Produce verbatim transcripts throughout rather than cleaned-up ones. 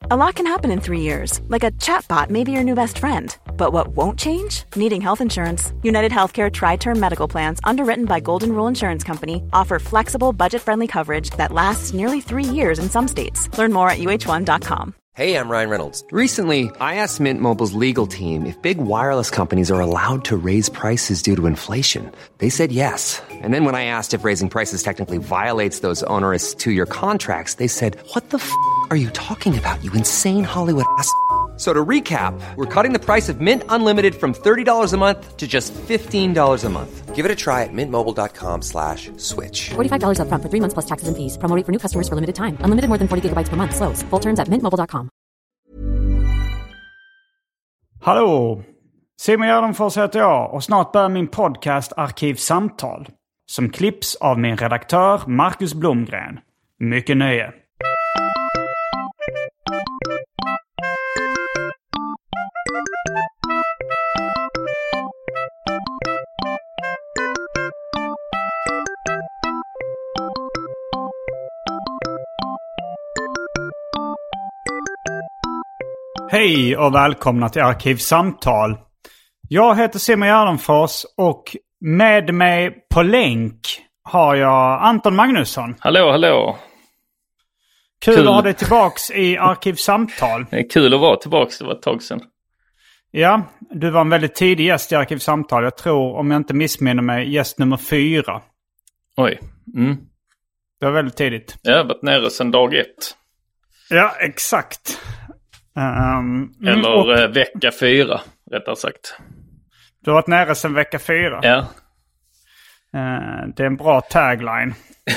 A lot can happen in three years, like a chatbot may be your new best friend. But what won't change? Needing health insurance. United Healthcare Tri-Term Medical Plans, underwritten by Golden Rule Insurance Company, offer flexible, budget-friendly coverage that lasts nearly three years in some states. Learn more at U H one dot com. Hey, I'm Ryan Reynolds. Recently, I asked Mint Mobile's legal team if big wireless companies are allowed to raise prices due to inflation. They said yes. And then when I asked if raising prices technically violates those onerous two-year contracts, they said, what the f*** are you talking about, you insane Hollywood ass f- So to recap, we're cutting the price of Mint Unlimited from thirty dollars a month to just fifteen dollars a month. Give it a try at mintmobile.com slash switch. forty-five dollars up front for three months plus taxes and fees. Promo rate for new customers for limited time. Unlimited more than forty gigabytes per month. Slows full terms at mint mobile dot com. Hallå! Simon Gärdenfors heter jag och snart börjar min podcast Arkivsamtal som klipps av min redaktör Marcus Blomgren. Mycket nöje! Hej och välkomna till Arkivsamtal. Jag heter Simon Gärdenfors och med mig på länk har jag Anton Magnusson. Hallå, hallå. Kul, kul. att ha dig tillbaks i Arkivsamtal. Det är kul att vara tillbaks, det var ett tag sedan. Ja, du var en väldigt tidig gäst i Arkivsamtal. Jag tror, om jag inte missminner mig, gäst nummer fyra. Oj. Mm. Det var väldigt tidigt. Jag har varit nere sedan dag ett. Ja, exakt. Um, Eller och, eh, vecka fyra, rättare sagt. Du har varit nära sedan vecka fyra. Ja. Uh, det är en bra tagline.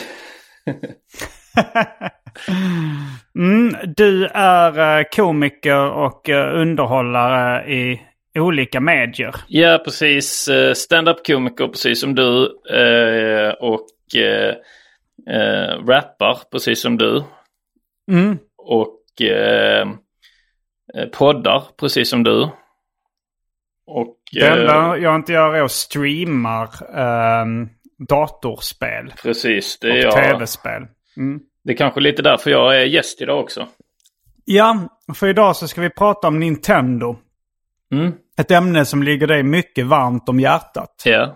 mm, du är uh, komiker och uh, underhållare i olika medier. Ja, precis. Stand-up-komiker, precis som du. Uh, och uh, uh, rappar, precis som du. Mm. Och... Uh, poddar, precis som du. Och det enda jag inte gör är att streamar eh, datorspel. Precis, det är och jag. tv-spel. Mm. Det är kanske lite därför jag är gäst idag också. Ja, för idag så ska vi prata om Nintendo. Mm. Ett ämne som ligger dig mycket varmt om hjärtat. Ja.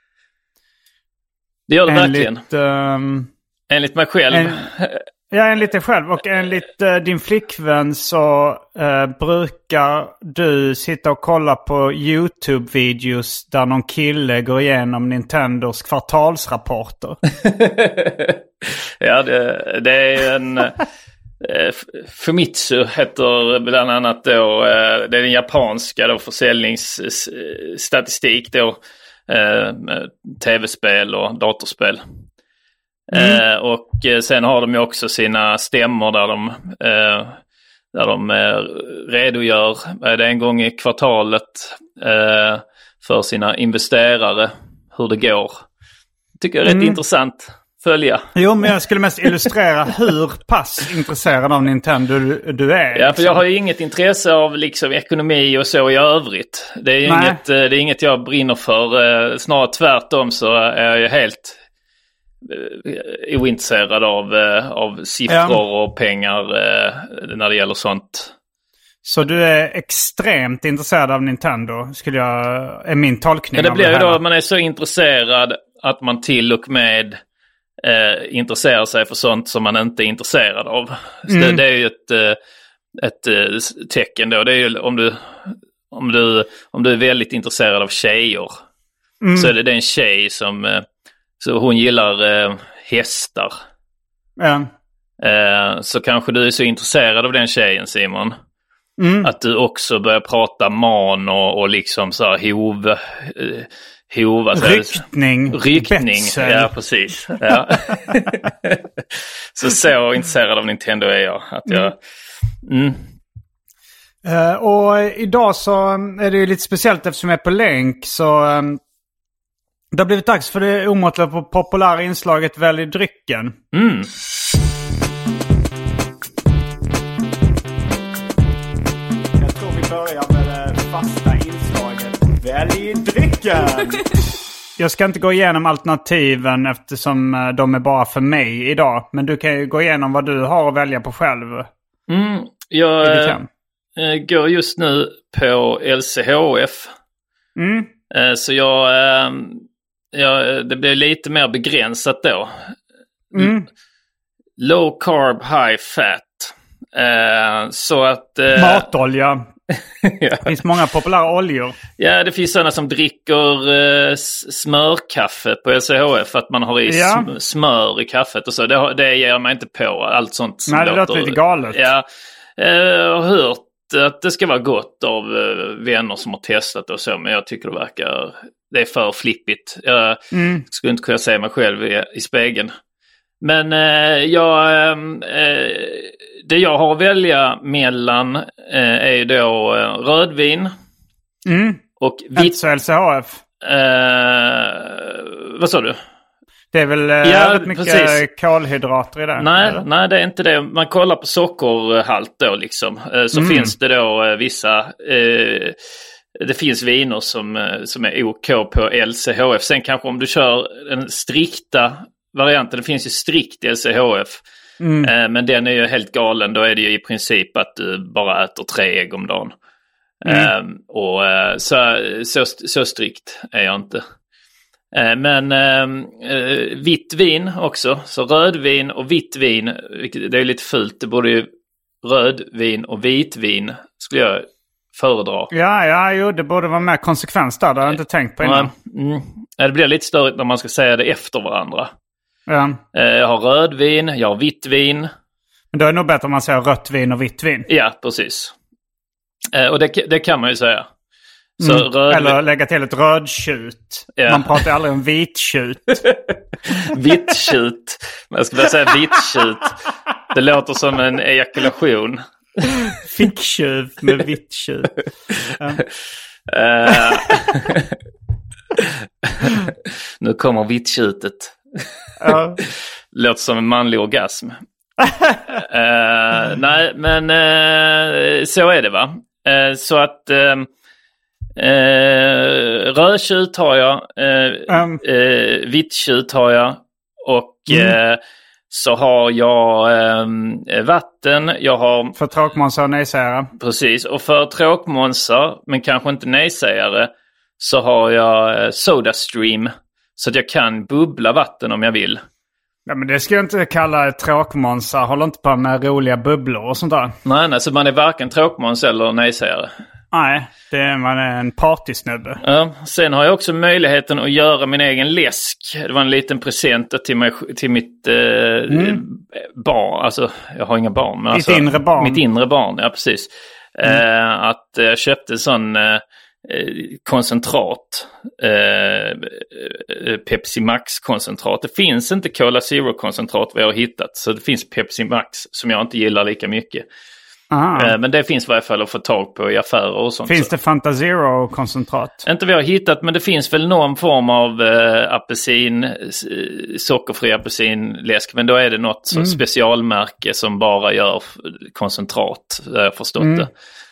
Det gör det enligt, verkligen. Um, enligt mig själv. En, ja, enligt dig själv. Och enligt uh, din flickvän så uh, brukar du sitta och kolla på YouTube-videos där någon kille går igenom Nintendos kvartalsrapporter. Ja, det, det är en... uh, Famitsu heter bland annat då. Uh, det är den japanska då, försäljningsstatistik då. Uh, tv-spel och datorspel. Mm. Eh, och eh, sen har de ju också sina stämmor där de, eh, där de eh, redogör eh, det en gång i kvartalet eh, för sina investerare hur det går. Tycker jag är mm. rätt intressant följa. Jo, men jag skulle mest illustrera hur pass intresserad av Nintendo du, du är. Ja, för jag har ju inget intresse av liksom ekonomi och så i övrigt. Det är ju inget, det är inget jag brinner för. Snarare tvärtom så är jag ju helt ointresserad av, av siffror ja. och pengar när det gäller sånt. Så du är extremt intresserad av Nintendo, skulle jag, är min tolkning. Ja, det av blir det ju här. då att man är så intresserad att man till och med eh, intresserar sig för sånt som man inte är intresserad av. Så mm. det, det är ju ett, ett, ett tecken då. Det är ju om du, om du, om du är väldigt intresserad av tjejer mm. så är det den tjej som... Så hon gillar eh, hästar. Ja. Eh, så kanske du är så intresserad av den tjejen, Simon. Mm. Att du också börjar prata man och, och liksom så här hov... Eh, hov alltså, ryktning. Ryktning, Betsel. ja precis. Ja. så så intresserad av Nintendo är jag. Att jag mm. uh, och idag så är det ju lite speciellt eftersom jag är på länk så... Um... Det har blivit dags för det omåttligt populära inslaget Välj drycken. Mm. Jag tror vi börjar med det fasta inslaget Välj drycken. Jag ska inte gå igenom alternativen eftersom de är bara för mig idag. Men du kan ju gå igenom vad du har att välja på själv. Mm. Jag äh, går just nu på L C H F. Mm. Äh, så jag, äh, jag... Det blir lite mer begränsat då. Mm. Low carb, high fat. Uh, så att... Uh, Matolja. Ja. Det finns många populära oljor. Ja, det finns sådana som dricker uh, smörkaffe på L C H F. Att man har i ja. sm- smör i kaffet och så. Det, det ger man inte på. Allt sånt som Nej, det låter... låter lite galet. Ja, uh, jag har hört att det ska vara gott av uh, vänner som har testat och så. Men jag tycker det verkar... Det är för flippigt. Jag mm. skulle inte kunna se mig själv i, i spegeln. Men eh, jag, eh, det jag har att välja mellan eh, är ju då eh, rödvin mm. och vitt. L C H F. Eh, vad sa du? Det är väl eh, ja, väldigt mycket precis. kolhydrater i det? Nej, eller? nej, det är inte det. Man kollar på sockerhalt då liksom. Eh, så mm. finns det då eh, vissa... Eh, det finns viner som, som är OK på L C H F. Sen kanske om du kör den strikta... varianten, det finns ju strikt L C H F. Mm. Eh, men den är ju helt galen. Då är det ju i princip att du bara äter tre ägg om dagen. Mm. Eh, och eh, så, så, så strikt är jag inte. Eh, men eh, vitt vin också. Så rödvin och vitt vin, det är lite fult. Det borde ju rödvin och vitvin skulle jag föredra. Ja, ja, jo, det borde vara mer konsekvens där. Det har jag inte tänkt på innan. Mm. Det blir lite större när man ska säga det efter varandra. Ja. Jag har rödvin, jag har vitt vin. Men då är det nog bättre om man säger rött vin och vitt vin. Ja, precis. Och det, det kan man ju säga. Så mm. röd... Eller lägga till ett rödtjut. Ja. Man pratar aldrig om vittjut. Vittjut. Jag skulle vilja säga vittjut. Det låter som en ejakulation. Ficktjuv med vittjut. Ja. Nu kommer vittjutet. Ja. Låter som en manlig orgasm. uh, nej, men uh, så är det va. Uh, så att uh, uh, rödtjut har jag, uh, um. uh, vittjut har jag och mm. uh, så har jag uh, vatten. Jag har för tråkmånsar och nejsägare. Precis, och för tråkmånsar men kanske inte nejsägare så har jag uh, SodaStream. Så att jag kan bubbla vatten om jag vill. Ja, men det ska jag inte kalla tråkmånsar. Håller inte på med roliga bubblor och sånt där. Nej, nej, så man är varken tråkmåns eller nejsägare. Nej, det är, man är en partysnubbe. Ja, sen har jag också möjligheten att göra min egen läsk. Det var en liten present till, mig, till mitt eh, mm. barn. Alltså, jag har inga barn. Men Ditt alltså, inre barn. Mitt inre barn, ja precis. Mm. Eh, att jag köpte en sån... Eh, koncentrat eh, Pepsi Max koncentrat. Det finns inte Cola Zero koncentrat vi har hittat, så det finns Pepsi Max som jag inte gillar lika mycket. eh, men det finns i varje fall att få tag på i affärer och sånt. Finns så. det Fanta Zero koncentrat? Inte vi har hittat, men det finns väl någon form av eh, apelsin sockerfri apelsinläsk, men då är det något mm. specialmärke som bara gör koncentrat, jag har förstått mm. det.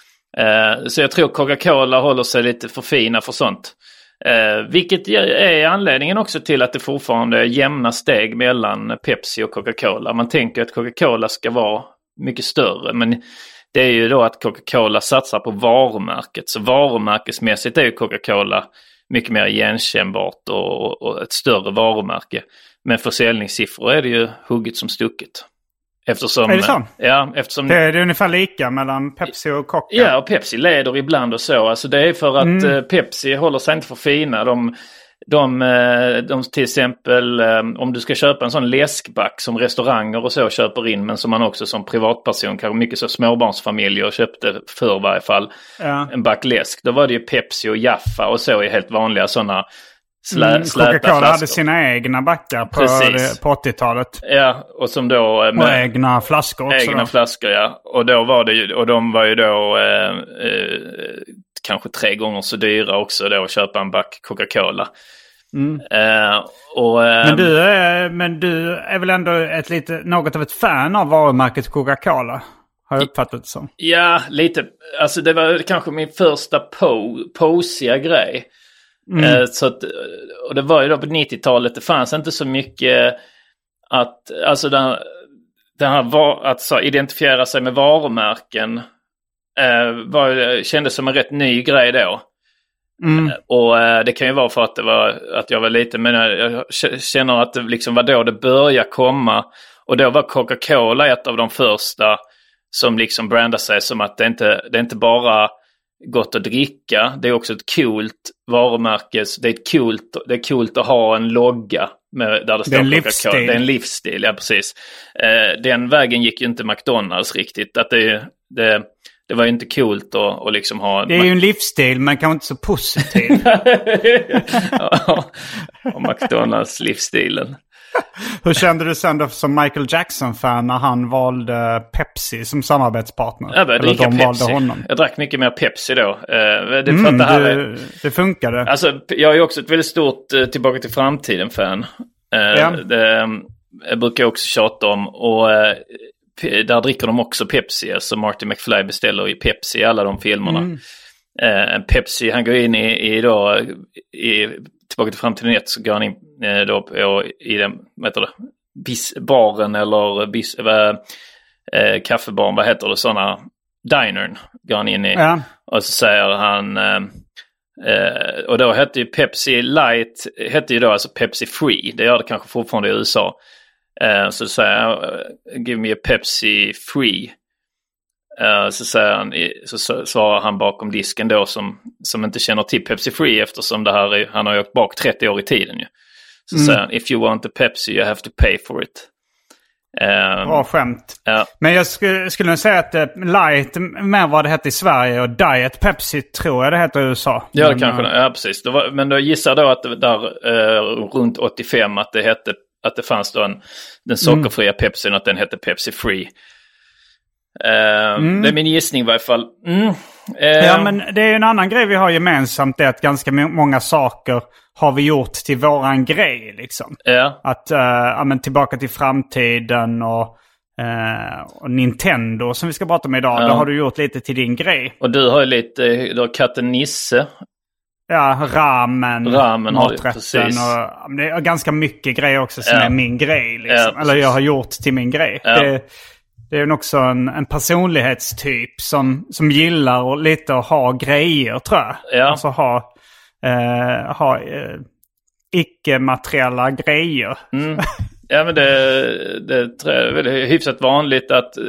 Uh, så jag tror Coca-Cola håller sig lite för fina för sånt. Uh, vilket är anledningen också till att det fortfarande är jämna steg mellan Pepsi och Coca-Cola. Man tänker att Coca-Cola ska vara mycket större, men det är ju då att Coca-Cola satsar på varumärket. Så varumärkesmässigt är ju Coca-Cola mycket mer igenkännbart och, och, och ett större varumärke. Men försäljningssiffror är det ju hugget som stucket. Eftersom, är det så? Ja, eftersom... Det är det ungefär lika mellan Pepsi och Coca. Ja, och Pepsi leder ibland och så. Alltså det är för att mm. Pepsi håller sig inte för fina. De, de, de till exempel, om du ska köpa en sån läskback som restauranger och så köper in, men som man också som privatperson, kanske mycket så småbarnsfamiljer köpte för varje fall, ja. En back läsk. Då var det ju Pepsi och Jaffa och så i helt vanliga sådana Slä, mm, Coca-Cola hade sina egna backar på, det, på åttiotalet. Ja, och som då... Med och egna flaskor också. Egna då. flaskor, ja. Och då var det ju, och de var ju då eh, eh, kanske tre gånger så dyra också då att köpa en back Coca-Cola. Mm. Eh, och, eh, men, du är, men du är väl ändå ett lite, något av ett fan av varumärket Coca-Cola? Har jag uppfattat det som. Ja, lite. Alltså det var kanske min första po, posiga grej. Mm. Så att, och det var ju då på nittiotalet, det fanns inte så mycket att, alltså den, det här var att så, identifiera sig med varumärken eh, var, kändes som en rätt ny grej då. Mm. Och eh, det kan ju vara för att det var att jag var lite, men jag känner att det liksom var då det började komma. Och då var Coca-Cola ett av de första som liksom brandade sig som att det inte, det är inte bara gott att dricka, det är också ett coolt varumärke. Det är ett coolt, det är coolt att ha en logga med, där det står det Coca-Cola. Det är en livsstil, ja precis. Eh, den vägen gick ju inte McDonalds riktigt. Att det, det, det var ju inte coolt att, att liksom ha... Det är ju en livsstil, men kanske inte så positiv. Ja, och McDonalds livsstilen. Hur kände du sen då som Michael Jackson-fan när han valde Pepsi som samarbetspartner? Jag började dricka de Pepsi. Honom. Jag drack mycket mer Pepsi då. Det är för mm, att det här du, är... det funkade. Alltså, jag är ju också ett väldigt stort Tillbaka till framtiden-fan. Ja. Det jag brukar jag också tjata om. Och där dricker de också Pepsi. Alltså Marty McFly beställer ju Pepsi i alla de filmerna. Mm. Pepsi, han går in i, i, då, i Tillbaka till framtiden ett, så går han in då på, i den, vad heter det, bis, baren eller bis, äh, äh, kaffebaren, vad heter det, sådana dinern går han in i. Ja. Och så säger han äh, äh, och då hette ju Pepsi Light, hette ju då alltså Pepsi Free, det gör det kanske fortfarande i U S A. Äh, så säger han, give me a Pepsi Free. Uh, så, säger han, så svarar han bakom disken då som, som inte känner till Pepsi Free, eftersom det här är, han har ju åkt bak trettio år i tiden ju. Så mm. säger han, if you want a Pepsi you have to pay for it. Um, Bra skämt. Uh, Men jag skulle, skulle nog säga att uh, Light mer vad det heter i Sverige och Diet Pepsi tror jag det heter i U S A. Ja, men, det kanske, uh, ja precis. Det var, men då gissar då att det där uh, runt åttiofem att det hette, att det fanns då en, den sockerfria mm. Pepsin, att den hette Pepsi Free. Uh, mm. Det är min gissning i varje fall. Mm. Uh, ja, men det är en annan grej vi har gemensamt, det är att ganska många saker har vi gjort till våran grej liksom. Uh. Att uh, ja, men Tillbaka till framtiden och, uh, och Nintendo som vi ska prata om idag, uh. då har du gjort lite till din grej. Och du har ju lite, du har katten Nisse. Ja, ramen, ramen maträtten och det är ganska mycket grejer också som uh. är min grej liksom. Uh, Eller jag har gjort till min grej. Uh. Det Det är också en, en personlighetstyp som, som gillar och lite att ha grejer, tror jag. Ja. Alltså ha, eh, ha eh, icke-materiella grejer. Mm. Ja, men det, det tror jag är väldigt hyfsat vanligt att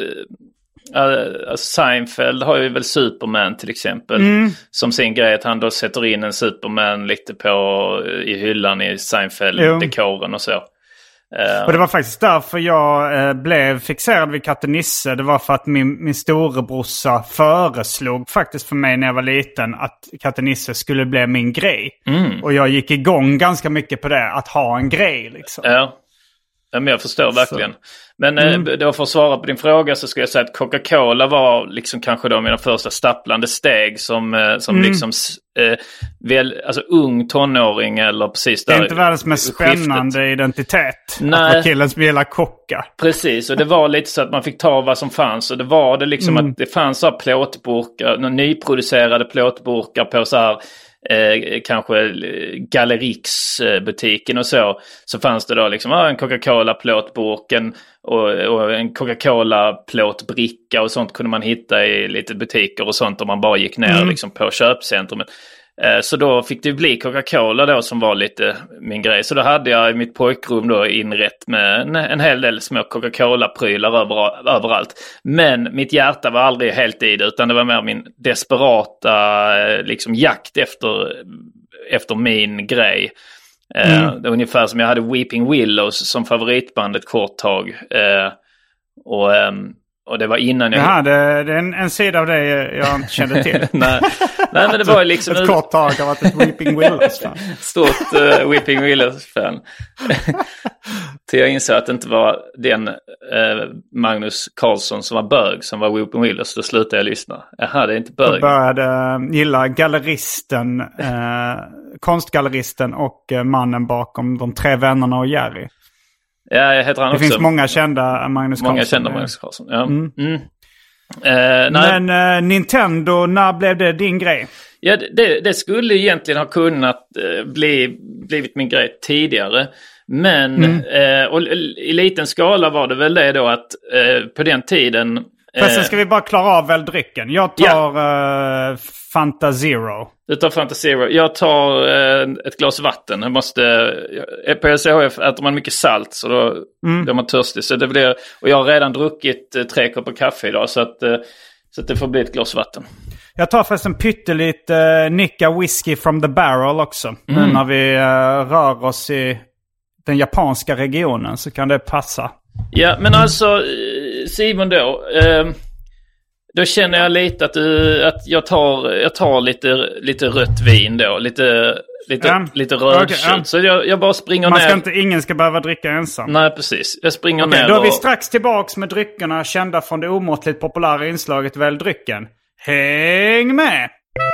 äh, Seinfeld har ju väl Superman till exempel. Mm. Som sin grej att han då sätter in en Superman lite på i hyllan i Seinfeld-dekoren och så. Och det var faktiskt därför jag eh, blev fixerad vid katten Nisse. Det var för att min, min storebrorsa föreslog faktiskt för mig när jag var liten att katten Nisse skulle bli min grej. Mm. Och jag gick igång ganska mycket på det, att ha en grej liksom. Ja, ja men jag förstår verkligen. Så. Men mm. eh, då för att svara på din fråga så ska jag säga att Coca-Cola var liksom kanske då mina första stapplande steg som, eh, som mm. liksom eh, väl, alltså ung tonåring eller precis där. Det är inte världens mest spännande skiftet. Identitet. Nej. Att vara killen som gillar Coca. Precis, och det var lite så att man fick ta vad som fanns. Och det var det liksom mm. att det fanns så här plåtburkar, nyproducerade plåtburkar på så här Eh, kanske Gallerix eh, butiken och så, så fanns det då liksom ah, en Coca-Cola plåtburken och, och en Coca-Cola plåtbricka och sånt kunde man hitta i lite butiker och sånt om man bara gick ner mm. liksom på köpcentrumet. Eh, så då fick det bli Coca-Cola då som var lite min grej. Så då hade jag i mitt pojkrum då inrätt med en, en hel del små Coca-Cola-prylar över, överallt. Men mitt hjärta var aldrig helt i det, utan det var mer min desperata liksom jakt efter, efter min grej. Mm. Eh, det var ungefär som jag hade Weeping Willows som favoritband ett kort tag. Eh, och... Um, Och det var innan jag... Jaha, det, det är en, en sida av det jag inte kände till. Nej. Nej, men det var liksom... Ett kort tag har varit ett Weeping Willows-fan. Stort uh, Weeping Willows-fan. Till jag insåg att det inte var den uh, Magnus Carlsson som var bög som var Weeping Willows. Då slutade jag lyssna. Jaha, det är inte bög. Jag började gilla galleristen, uh, konstgalleristen och uh, mannen bakom De tre vännerna och Jerry. Ja, jag heter han det också. finns många kända Magnus Carlsson. Många kända Magnus Carlsson, ja. Mm. Mm. Uh, Men uh, Nintendo, när blev det din grej? Ja, det, det skulle egentligen ha kunnat uh, bli blivit min grej tidigare. Men mm. uh, och i liten skala var det väl det då att uh, på den tiden... Förresten ska vi bara klara av väl drycken. Jag tar ja. uh, Fanta Zero. Du tar Fanta Zero. Jag tar uh, ett glas vatten. Jag måste, uh, på S C H F äter man mycket salt så då mm. blir man törstig. Så det blir, och jag har redan druckit uh, tre koppar kaffe idag så att, uh, så att det får bli ett glas vatten. Jag tar förresten pyttelite uh, Nicka Whiskey from the Barrel också. Mm. Nu när vi uh, rör oss i den japanska regionen så kan det passa. Ja, men alltså Simon då, eh, då känner jag lite att, du, att jag tar, jag tar lite, lite rött vin då, lite, lite, ja. lite rödkött. Okay, ja. Så jag, jag bara springer Man ner. Ska inte, ingen ska behöva dricka ensam. Nej, precis. Jag springer okay, ner. Då är och... vi strax tillbaks med dryckerna kända från det omåttligt populära inslaget Välj drycken. Häng med!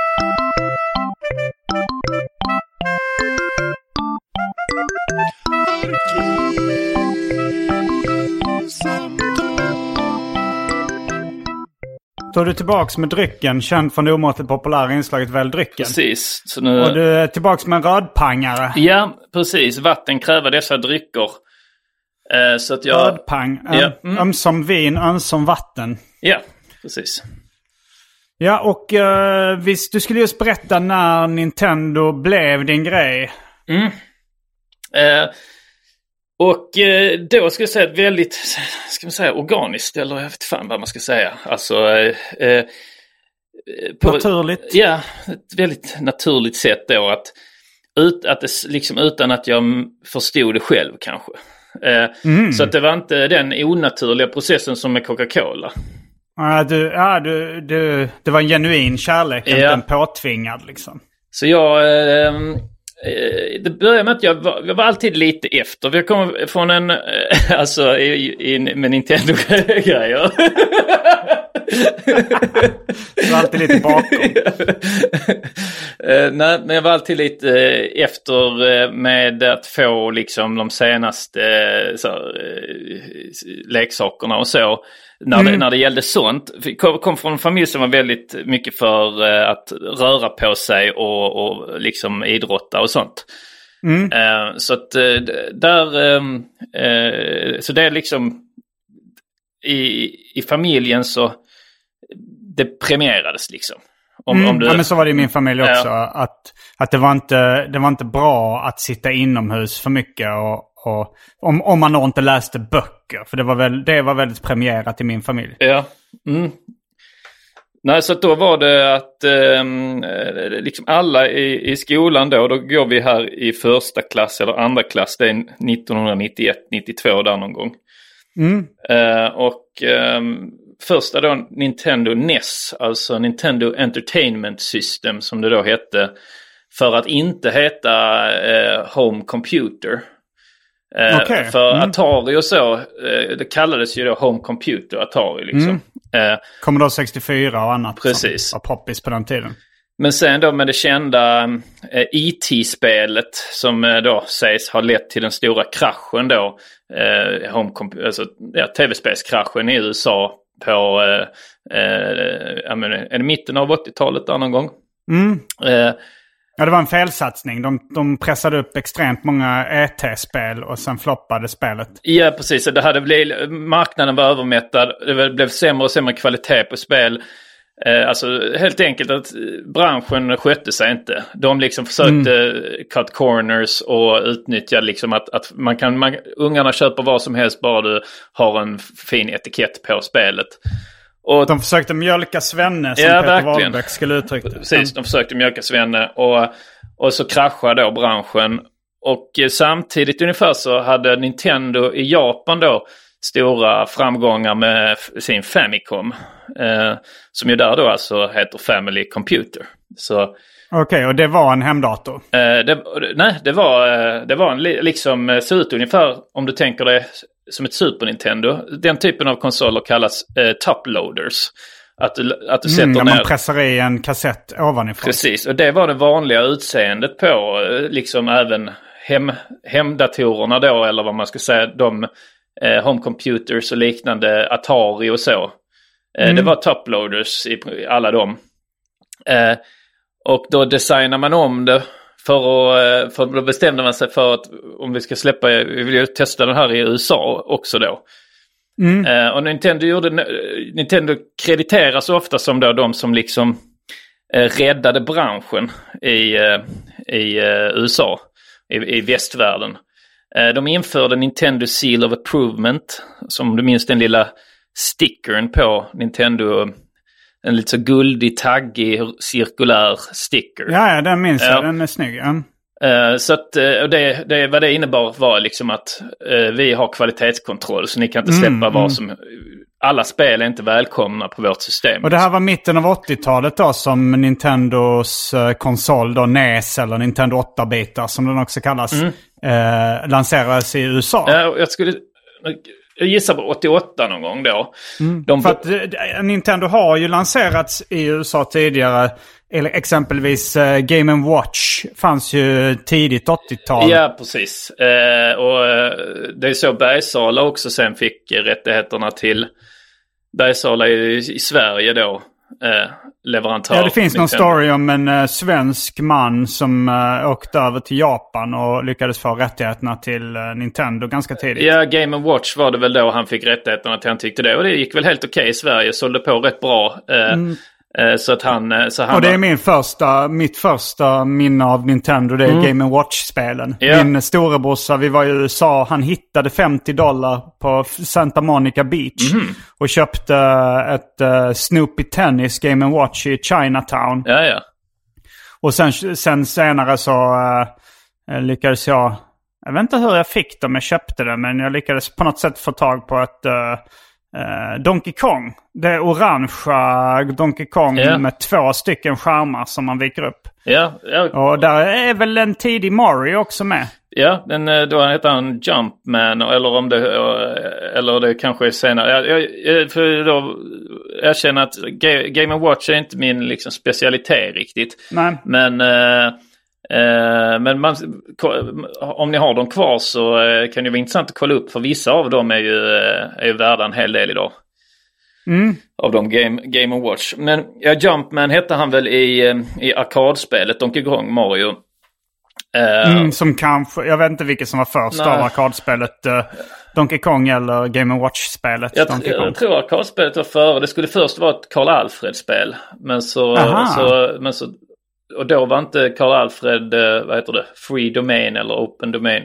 Då är du tillbaks med drycken, känd från det omåttligt populära inslaget Välj drycken. Precis. Så nu... Och du är tillbaks med en rödpangare. Ja, precis. Vatten kräver dessa drycker. Eh, så att jag... Rödpang. Ja. Mm. Ömsom vin, ömsom vatten. Ja, precis. Ja, och uh, visst, du skulle just berätta när Nintendo blev din grej. Mm. Eh... Och eh, då ska jag säga ett väldigt, ska man säga, organiskt, eller jag vet fan vad man ska säga. Alltså... Eh, på, naturligt. Ja, ett väldigt naturligt sätt då att, ut, att det liksom utan att jag förstod det själv kanske. Eh, mm. Så att det var inte den onaturliga processen som med Coca-Cola. Ja, du, ja du, du, det var en genuin kärlek, ja. Inte en påtvingad liksom. Så jag... Eh, Det började med att jag var, jag var alltid lite efter. Vi kom från en, alltså i, i, med Nintendo-grejer. Du var alltid lite bakom. uh, nej, men jag var alltid lite uh, efter uh, med att få liksom de senaste uh, så, uh, leksakerna och så. När, mm. det, när det gällde sånt. Jag kom, kom från en familj som var väldigt mycket för uh, att röra på sig och, och liksom idrotta och sånt. Mm. Uh, så att uh, där um, uh, så det är liksom i, i familjen så det premierades liksom. Om, mm. om du... Ja, men så var det i min familj också. Ja. Att, att det, var inte, det var inte bra att sitta inomhus för mycket och Och om, om man då inte läste böcker. För det var, väl, det var väldigt premierat i min familj. Ja. Mm. Nej, så att då var det att eh, liksom alla i, i skolan då. Då går vi här i första klass eller andra klass. Det är nittonhundranittioett nittiotvå där någon gång. Mm. Eh, och eh, första då Nintendo N E S. Alltså Nintendo Entertainment System som det då hette. För att inte heta eh, Home Computer. Okay. Uh, för mm. Atari och så, uh, det kallades ju då Home Computer Atari liksom. Mm. Uh, Commodore sextiofyra och annat. Precis. Som var poppis på den tiden. Men sen då med det kända uh, E T-spelet som uh, då sägs ha lett till den stora kraschen då. Uh, home comp- alltså, ja, tv-spelskraschen i U S A på uh, uh, jag menar, är det mitten av åttiotalet där någon gång. Mm. Uh, Ja, det var en felsatsning. De, de pressade upp extremt många E T-spel och sen floppade spelet. Ja, precis. Det hade blivit, marknaden var övermättad. Det blev sämre och sämre kvalitet på spel. Eh, alltså helt enkelt att branschen skötte sig inte. De liksom försökte mm. cut corners och utnyttja liksom att, att man kan, man, ungarna köper vad som helst bara du har en fin etikett på spelet. Och de försökte mjölka Svenne som ja, Peter Wahlbeck skulle uttrycka det. Precis, de försökte mjölka Svenne och, och så kraschade då branschen. Och samtidigt ungefär så hade Nintendo i Japan då stora framgångar med sin Famicom. Eh, som ju där då alltså heter Family Computer. Så okej, okay, och det var en hemdator? Eh, det, nej, det var, det var en liksom, ser ut ungefär om du tänker det som ett Super Nintendo. Den typen av konsoler kallas eh, top loaders. Att du, att du sätter mm, ner... man pressar i en kassett ovanifrån. Precis, och det var det vanliga utseendet på liksom även hem, hemdatorerna då, eller vad man ska säga, de eh, home computers och liknande, Atari och så. Mm. Det var toploaders i alla dem. Eh, och då designar man om det för att, för då bestämde man sig för att om vi ska släppa, vi vill ju testa den här i U S A också då. Mm. Eh, och Nintendo gjorde, Nintendo krediteras ofta som då de som liksom eh, räddade branschen i, eh, i eh, U S A, i, i västvärlden. Eh, de införde Nintendo Seal of Approval, som du minns den lilla stickern på Nintendo, en lite så guldig, taggig, cirkulär sticker. Ja, ja, den minns jag. Ja. Den är snygg. Ja. Uh, så att uh, det, det, vad det innebar var liksom att uh, vi har kvalitetskontroll, så ni kan inte släppa mm, vad mm. som... Alla spel är inte välkomna på vårt system. Och det här var mitten av åttiotalet då som Nintendos uh, konsol då, N E S eller Nintendo åtta-bitar som den också kallas, mm. uh, lanserades i U S A. Uh, jag skulle... Jag gissar på åttioåtta någon gång då. Mm. De... För att uh, Nintendo har ju lanserats i U S A tidigare. Eller exempelvis uh, Game and Watch fanns ju tidigt åttiotal. Ja, precis. Uh, och uh, det är så Bergsala också sen fick uh, rättigheterna till Bergsala i, i Sverige då. Uh, leverantör. Ja, det finns någon story om en uh, svensk man som uh, åkte över till Japan och lyckades få rättigheterna till uh, Nintendo ganska tidigt. Ja, Game and Watch var det väl då han fick rättigheterna till, han tyckte det. Och det gick väl helt okej okay i Sverige, sålde på rätt bra. Uh, mm. Så att han, så han och det är var... min första, mitt första minne av Nintendo, det är mm. Game and Watch-spelen. Yeah. Min storebrorsa, vi var i U S A, han hittade femtio dollar på Santa Monica Beach mm. och köpte ett uh, Snoopy Tennis Game and Watch i Chinatown. Ja, ja. Och sen, sen senare så uh, lyckades jag, jag vet inte hur jag fick dem, jag köpte det, men jag lyckades på något sätt få tag på ett... Uh, Uh, Donkey Kong. Det är orangea Donkey Kong yeah. med två stycken skärmar som man viker upp. Ja, yeah, yeah. Och där är väl en tidig Mario också med. Ja, den, då heter han Jumpman, eller om det eller det kanske är senare. Jag, jag, för då, jag känner att Game and Watch är inte min liksom specialitet riktigt. Nej. Men uh, Uh, men man, om ni har dem kvar så uh, kan det vara intressant att kolla upp, för vissa av dem är ju, uh, är ju värda en hel del idag. Mm. Av de Game, Game and Watch. Men ja, Jumpman hette han väl i, uh, i arkadspelet Donkey Kong Mario. Uh, mm, som kanske, jag vet inte vilket som var först nej. Av arkadspelet uh, Donkey Kong eller Game and Watch-spelet. Jag, Donkey Kong. jag tror arkadspelet var före. Det skulle först vara ett Karl Alfred-spel. Men så... så, men så och då var inte Karl Alfred, vad heter det, free domain eller open domain.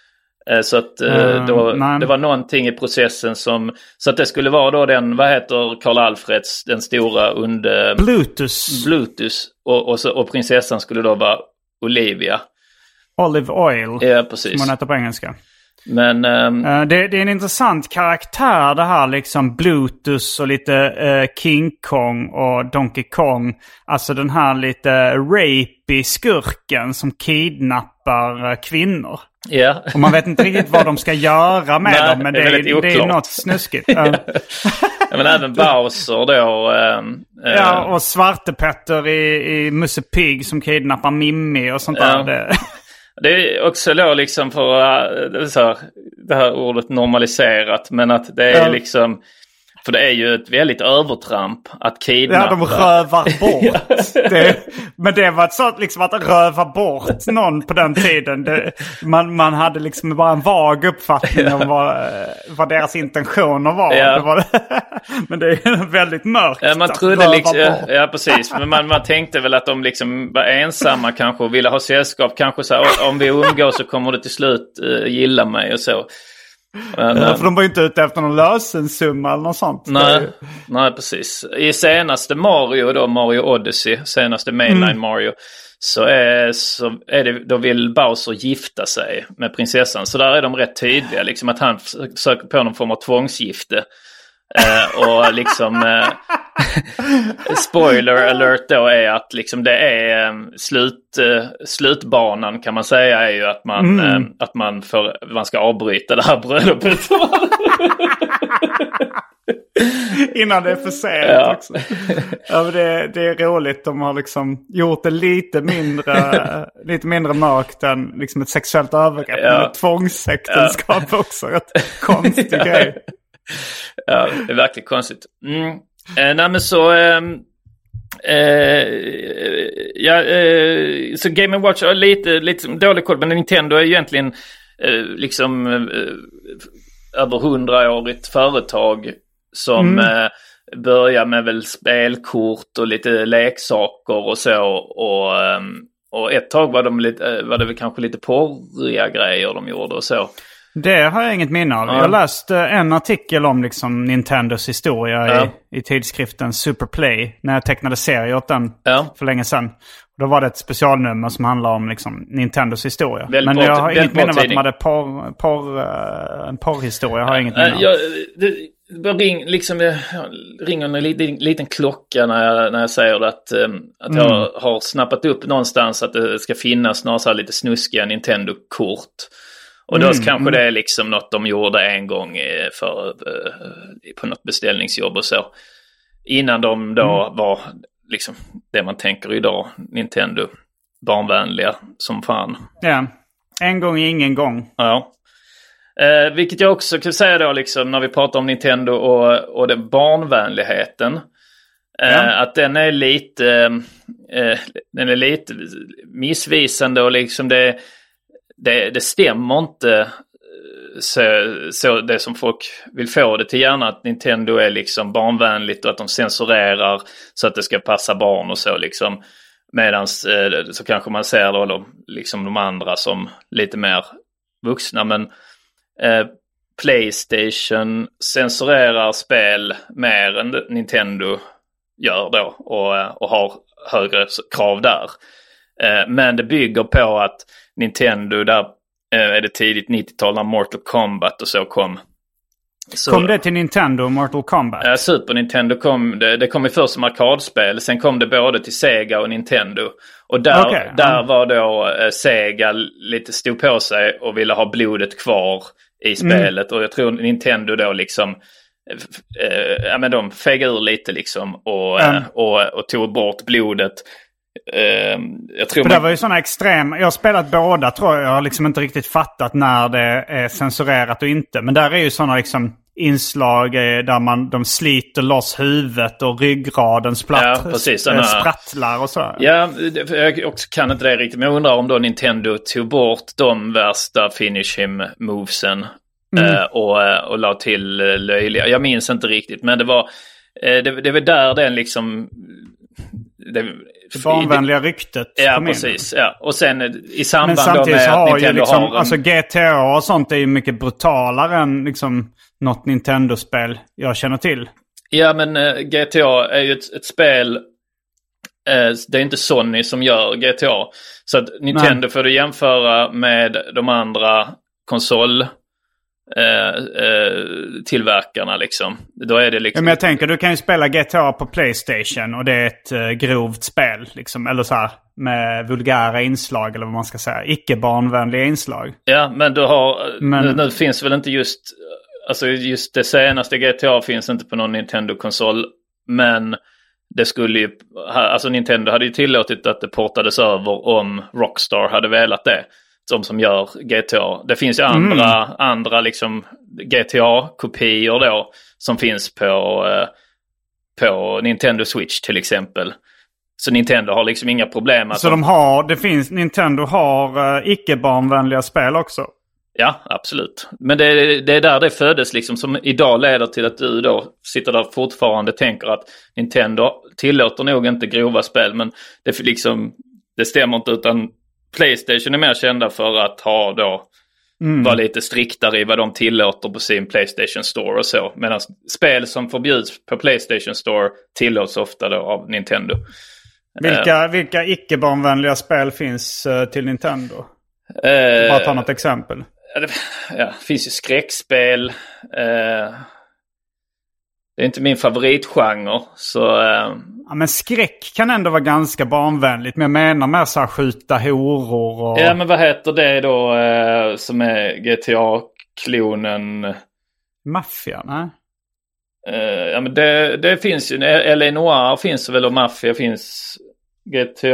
Så att uh, då, det var någonting i processen som... Så att det skulle vara då den, vad heter Karl Alfreds, den stora under... Bluetooth. Bluetooth. Och, och, så, och prinsessan skulle då vara Olivia. Olive oil. Ja, precis. Som man heter på engelska. Men, um... det, det är en intressant karaktär det här, liksom Bluetooth och lite uh, King Kong och Donkey Kong. Alltså den här lite rapey skurken som kidnappar uh, kvinnor. Ja. Yeah. Och man vet inte riktigt vad de ska göra med Nej, dem, men det är, det är, det är något snuskigt. uh. Ja, men även Bowser då. Um, ja, och Svartepetter i, i Musse Pig som kidnappar Mimmi och sånt där. Ja. Det... Det är också då liksom för uh, så här, det här ordet normaliserat, men att det är ja. liksom, för det är ju ett väldigt övertramp att kidnappa. Ja, de rövar bort. det, men det var ett sånt liksom att röva bort någon på den tiden. Det, man, man hade liksom bara en vag uppfattning ja. om vad, vad deras intentioner var. Ja. Det var men det är väldigt mörkt. Ja, man trodde liksom, ja, ja, precis. Men man, man tänkte väl att de liksom var ensamma kanske och ville ha sällskap. Kanske så här, om vi umgås så kommer det till slut uh, gilla mig och så. Men, ja, för de var ju inte ute efter någon lösensumma eller något sånt. Nej, nej, precis. I senaste Mario då, Mario Odyssey, senaste mainline mm. Mario, så är, så är det, då vill Bowser gifta sig med prinsessan. Så där är de rätt tydliga, liksom att han söker på någon form av tvångsgifte. Eh, och liksom eh, spoiler alert då är att liksom det är eh, slut, eh, slutbanan kan man säga är ju att man, mm. eh, att man, för, man ska avbryta det här bröllopet. Innan det är för sent ja. också. Ja, men det, det är roligt. De har liksom gjort det lite mindre lite mindre mörkt än liksom ett sexuellt övergrepp. Ja. Men ett tvångsäktenskap ja. också. Ett konstig grej. Ja, det är verkligen konstigt. Mm. Eh, nej men så... Eh, eh, ja, eh, så Game and Watch har lite, lite dålig koll. Men Nintendo är ju egentligen eh, liksom eh, över hundraårigt företag som mm. eh, börjar med väl spelkort och lite leksaker och så. Och, eh, och ett tag var, de lite, var det väl kanske lite porriga grejer de gjorde och så. Det har jag inget minne av. Ja. Jag läste en artikel om liksom Nintendos historia ja. i, i tidskriften Superplay när jag tecknade serier åt den ja. för länge sedan. Då var det ett specialnummer som handlar om liksom Nintendo historia. Väldigt Men bra, jag har inget minne av att de hade porr, porr, uh, en porrhistoria. Har jag inget minne av. Jag, det, det ring, liksom, jag ringer en liten, liten klocka när jag, när jag säger att, um, att mm. jag har snappat upp någonstans att det ska finnas några så här lite snuskiga Nintendo-kort. Och då mm, kanske mm. det är liksom något de gjorde en gång för, på något beställningsjobb och så. Innan de då mm. var liksom det man tänker idag, Nintendo, barnvänliga som fan. Ja, en gång ingen gång. Ja. Eh, vilket jag också kan säga då liksom när vi pratar om Nintendo och, och den barnvänligheten. Eh, ja. Att den är lite, eh, den är lite missvisande och liksom det Det, det stämmer inte så, så det som folk vill få det till gärna att Nintendo är liksom barnvänligt och att de censurerar så att det ska passa barn och så liksom. Medans eh, så kanske man ser då, då liksom de andra som lite mer vuxna. Men eh, PlayStation censurerar spel mer än Nintendo gör då och, och har högre krav där. Eh, men det bygger på att Nintendo, där eh, är det tidigt nittiotal när Mortal Kombat och så kom. Så, kom det till Nintendo, Mortal Kombat? Ja, Super Nintendo kom, det, det kom ju först som arkadspel. Sen kom det både till Sega och Nintendo. Och där, okay, där um. var då eh, Sega lite stod på sig och ville ha blodet kvar i spelet. Mm. Och jag tror Nintendo då liksom, eh, ja men de fegade ur lite liksom och, mm. eh, och, och tog bort blodet. Uh, jag tror För man... det var ju sådana extrem. Jag har spelat båda tror jag. Jag har liksom inte riktigt fattat när det är censurerat och inte. Men där är ju sådana liksom inslag där man, de sliter loss huvudet och ryggraden spratt, ja, precis, såna... sprattlar och så. Ja, jag också kan inte det riktigt. Men jag undrar om då Nintendo tog bort de värsta finish him movesen mm. uh, och, och la till löjliga. Jag minns inte riktigt. Men det var, uh, det, det var där den liksom... Det, det barnvänliga ryktet. Ja, precis. Ja. Och sen i samband Men samtidigt med så har ju liksom, har en... alltså G T A och sånt är ju mycket brutalare än liksom något Nintendo-spel jag känner till. Ja, men uh, G T A är ju ett, ett spel, uh, det är inte Sony som gör G T A. Så att Nintendo Nej. får du jämföra med de andra konsol Eh, eh, tillverkarna liksom. Då är det liksom... Ja, men jag tänker, du kan ju spela G T A på PlayStation och det är ett eh, grovt spel liksom, eller så här med vulgära inslag eller vad man ska säga, icke barnvänliga inslag. Ja, men du har men... Nu, nu finns väl inte just alltså just det senaste G T A finns inte på någon Nintendo-konsol, men det skulle ju, alltså Nintendo hade ju tillåtit att det portades över om Rockstar hade velat det. Som som gör G T A. Det finns ju andra, mm. andra liksom G T A-kopior då som finns på, eh, på Nintendo Switch till exempel. Så Nintendo har liksom inga problem. Att Så de har, det finns, Nintendo har eh, icke-barnvänliga spel också? Ja, absolut. Men det, det är där det föddes liksom, som idag leder till att du då sitter där fortfarande och tänker att Nintendo tillåter nog inte grova spel, men det liksom, det stämmer inte, utan PlayStation är mer kända för att ha då mm. vara lite striktare i vad de tillåter på sin PlayStation Store och så. Medan spel som förbjuds på PlayStation Store tillåts ofta då av Nintendo. Vilka, uh, vilka icke-barnvänliga spel finns uh, till Nintendo? Uh, Bara ta något exempel. Ja, det finns ju skräckspel. Uh, det är inte min favoritgenre. Så, uh, ja, men skräck kan ändå vara ganska barnvänligt. Men jag menar med så här skjuta horor och... Ja, men vad heter det då uh, som är G T A-klonen? Mafia, nej? Uh, ja, men det, det finns ju. L A Noire finns väl och Mafia finns. G T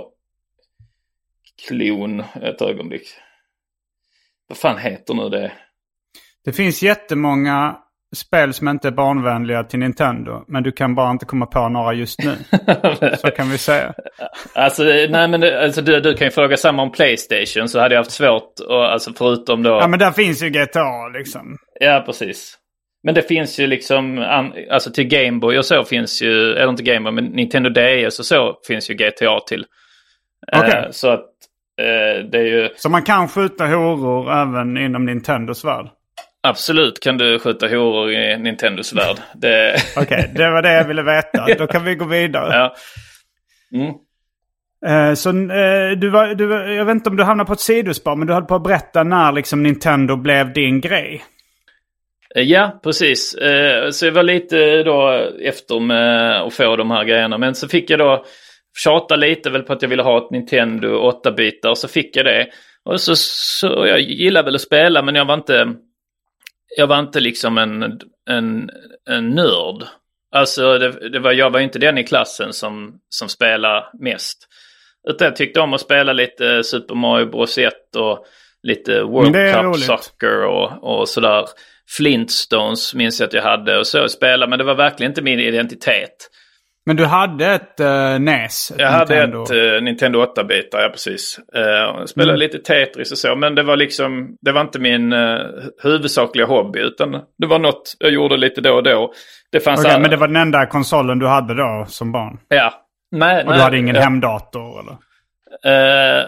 A-klon, ett ögonblick. Vad fan heter nu det? Det finns jättemånga spel som inte är barnvänliga till Nintendo. Men du kan bara inte komma på några just nu. Så kan vi säga. Alltså, nej, men det, alltså, du, du kan ju fråga samma om PlayStation, så hade jag haft svårt. Och, alltså, förutom då... Ja, men där finns ju G T A liksom. Ja, precis. Men det finns ju liksom, alltså till Game Boy och så finns ju, eller inte Game Boy, men Nintendo D S och så finns ju G T A till. Okay. Eh, så att eh, det är ju... Så man kan skjuta horor även inom Nintendos värld? Absolut kan du skjuta horor i Nintendos värld. Det... Okej, okay, det var det jag ville veta. Då kan vi gå vidare. Ja. Mm. Eh, så eh, du var, du, jag vet inte om du hamnade på ett sidospår, men du höll på att berätta när liksom Nintendo blev din grej. Ja, precis. Så jag var lite då efter med att få de här grejerna. Men så fick jag då tjata lite väl på att jag ville ha ett Nintendo åtta-bitar. Och så fick jag det. Och så, så jag gillar väl att spela, men jag var inte, jag var inte liksom en, en, en nörd. Alltså det, det var, jag var inte den i klassen som, som spelade mest. Utan jag tyckte om att spela lite Super Mario Bros ett och lite World Cup roligt. Soccer och, och sådär. Flintstones minns jag att jag hade och så spela, men det var verkligen inte min identitet. Men du hade ett uh, N E S? Jag Nintendo. hade ett uh, Nintendo åtta-bitar, ja precis. Uh, spelade mm. lite Tetris och så, men det var liksom, det var inte min uh, huvudsakliga hobby, utan det var något jag gjorde lite då och då. Det fanns okay, alla... Men det var den enda konsolen du hade då som barn? Ja. Nej, och nej, du hade ingen ja. hemdator eller? Uh,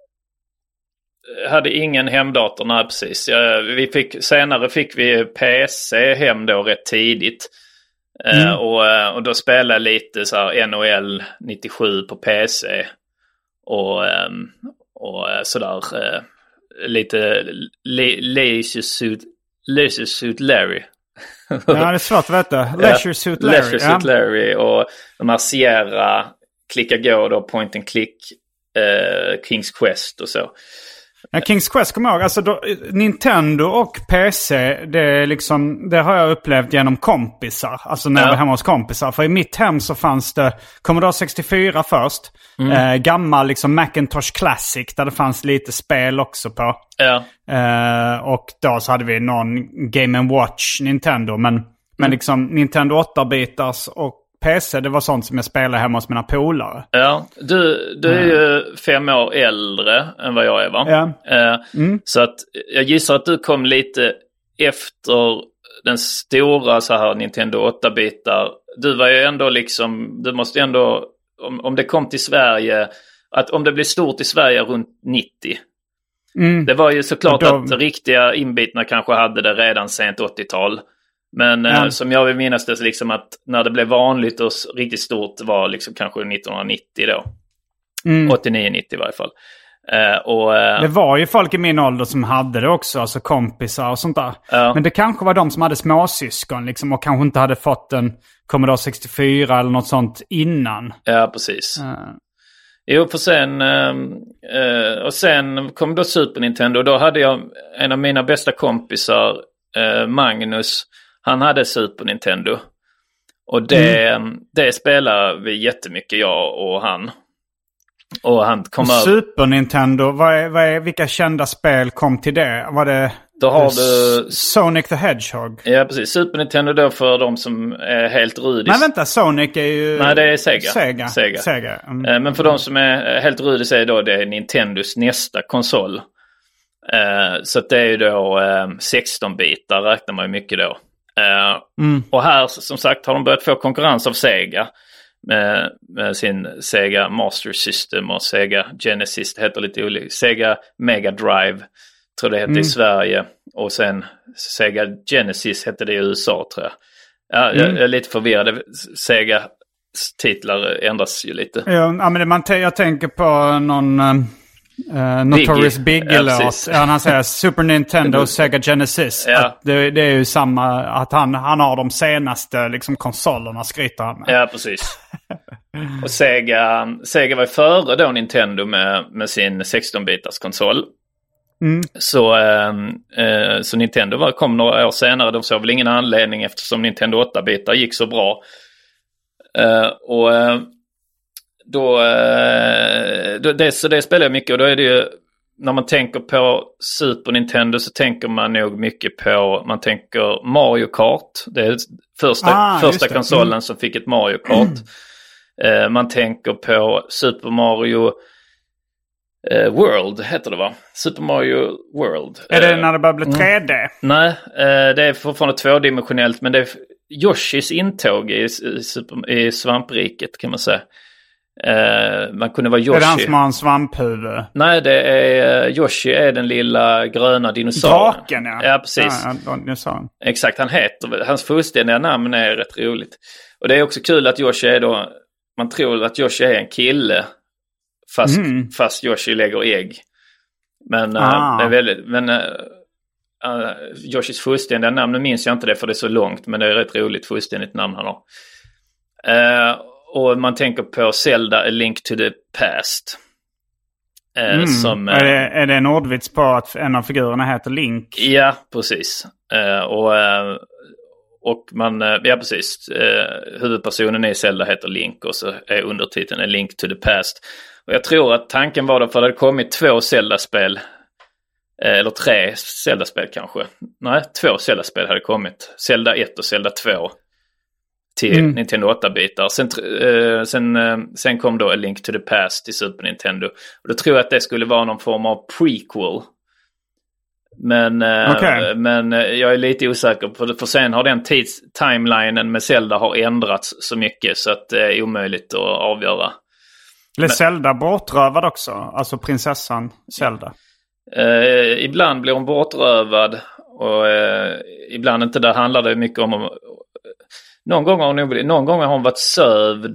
hade ingen hemdator, nej precis. Jag, vi fick, senare fick vi P C hem då rätt tidigt. Mm. Uh, och, och då spelade jag lite så här N H L nittiosju på P C. Och, um, och sådär uh, lite le- Leisure Suit, Leisure Suit Larry. Ja, det är svårt att veta. Leisure Suit Larry. Leisure Suit ja. Larry och de här Sierra, klicka gå då, point and click, uh, King's Quest och så. Ja, King's Quest kommer jag ihåg. Alltså då, Nintendo och P C, det, är liksom, det har jag upplevt genom kompisar. Alltså när ja. jag var hemma hos kompisar. För i mitt hem så fanns det Commodore sextiofyra först. Mm. Eh, gammal liksom Macintosh Classic där det fanns lite spel också på. Ja. Eh, och då så hade vi någon Game and Watch Nintendo. Men, mm. men liksom Nintendo åtta-bitars och P C, det var sånt som jag spelade hemma hos mina polare. Ja, du, du är ju mm. fem år äldre än vad jag är, va? Ja. Eh, mm. Så att jag gissar att du kom lite efter den stora så här Nintendo åtta-bitar. Du var ju ändå liksom, du måste ändå, om, om det kom till Sverige, att om det blir stort i Sverige runt nittio. Mm. Det var ju såklart då... att riktiga inbitna kanske hade det redan sent åttiotal. Men ja. eh, som jag vill minnas det liksom att när det blev vanligt och riktigt stort var liksom kanske nittonhundranittio då. Mm. åttionio nittio i varje fall. Eh, och, eh, det var ju folk i min ålder som hade det också, alltså kompisar och sånt där. Ja. Men det kanske var de som hade småsyskon liksom, och kanske inte hade fått en Commodore sextiofyra eller något sånt innan. Ja, precis. Uh. Jo, för sen, eh, och sen kom då Super Nintendo och då hade jag en av mina bästa kompisar, eh, Magnus. Han hade Super Nintendo. Och det, mm. det spelade vi jättemycket, jag och han. Och han kom och över... Super Nintendo, vad är, vad är, vilka kända spel kom till det? Var det då har du... Sonic the Hedgehog? Ja, precis. Super Nintendo då för de som är helt rudis. Men vänta, Sonic är ju... Nej, det är Sega. Sega. Sega. Sega. Mm. Men för de som är helt rudis är då det är Nintendos nästa konsol. Så att det är ju då sexton-bitar räknar man ju mycket då. Uh, mm. Och här som sagt har de börjat få konkurrens av Sega med, med sin Sega Master System och Sega Genesis, det heter lite olika. Sega Mega Drive tror det heter mm. i Sverige och sen Sega Genesis heter det i U S A tror jag. Ja, mm. jag, jag är lite förvirrad. Sega titlar ändras ju lite. Ja, men man t- jag tänker på någon... Um... Uh, Notorious Big-låt. Ja, ja, han säger Super Nintendo och Sega Genesis. Ja. Att det, det är ju samma, att han, han har de senaste liksom, konsolerna, skryter han med. Ja, precis. Och Sega, Sega var före då Nintendo med, med sin sexton-bitars konsol. Mm. Så, eh, eh, så Nintendo var, kom några år senare. De såg väl ingen anledning eftersom Nintendo åtta-bitar gick så bra. Eh, och... Eh, Då, då det, så det spelar jag mycket och då är det ju när man tänker på Super Nintendo så tänker man nog mycket på, man tänker Mario Kart. Det är första, ah, första konsolen mm. som fick ett Mario Kart. Mm. Uh, man tänker på Super Mario uh, World, heter det va? Super Mario World. Är det uh, när det börjar bli tre D? Mm. Nej, uh, det är fortfarande tvådimensionellt, men det är Yoshis intåg i, i, i svampriket kan man säga. Uh, man kunde vara Yoshi. Är det han som har en svamphuvud? Nej, det är uh, Yoshi är den lilla gröna dinosaurien. Draken, ja. Ja, precis. Ja, dinosaurien. Exakt, han heter, hans fullständiga namn är rätt roligt. Och det är också kul att Yoshi är då, man tror att Yoshi är en kille fast, mm. fast Yoshi lägger ägg. Men, uh, det är väldigt, men uh, uh, Yoshis fullständiga namn, nu minns jag inte det för det är så långt, men det är ett roligt fullständigt namn han har. Uh, Och man tänker på Zelda A Link to the Past. Eh, mm. som, eh, är, det, är det en ordvits på att en av figurerna heter Link? Ja, precis. Eh, och, eh, och man, eh, ja precis. Eh, huvudpersonen i Zelda heter Link och så är undertiteln A Link to the Past. Och jag tror att tanken var då för att det hade kommit två Zelda-spel. Eh, eller tre Zelda-spel kanske. Nej, två Zelda-spel hade kommit. Zelda ett och Zelda två. Till mm. Nintendo åtta-bitar. Sen, eh, sen, eh, sen kom då A Link to the Past till Super Nintendo. Och då tror jag att det skulle vara någon form av prequel. Men, eh, okay. men eh, jag är lite osäker på det. För sen har den tids timelinen med Zelda har ändrats så mycket så att det är omöjligt att avgöra. Eller Zelda bortrövad också? Alltså prinsessan Zelda. Eh, ibland blir hon bortrövad. Och eh, ibland inte. Där handlar det mycket om... om Någon gång, har hon, någon gång har hon varit sövd.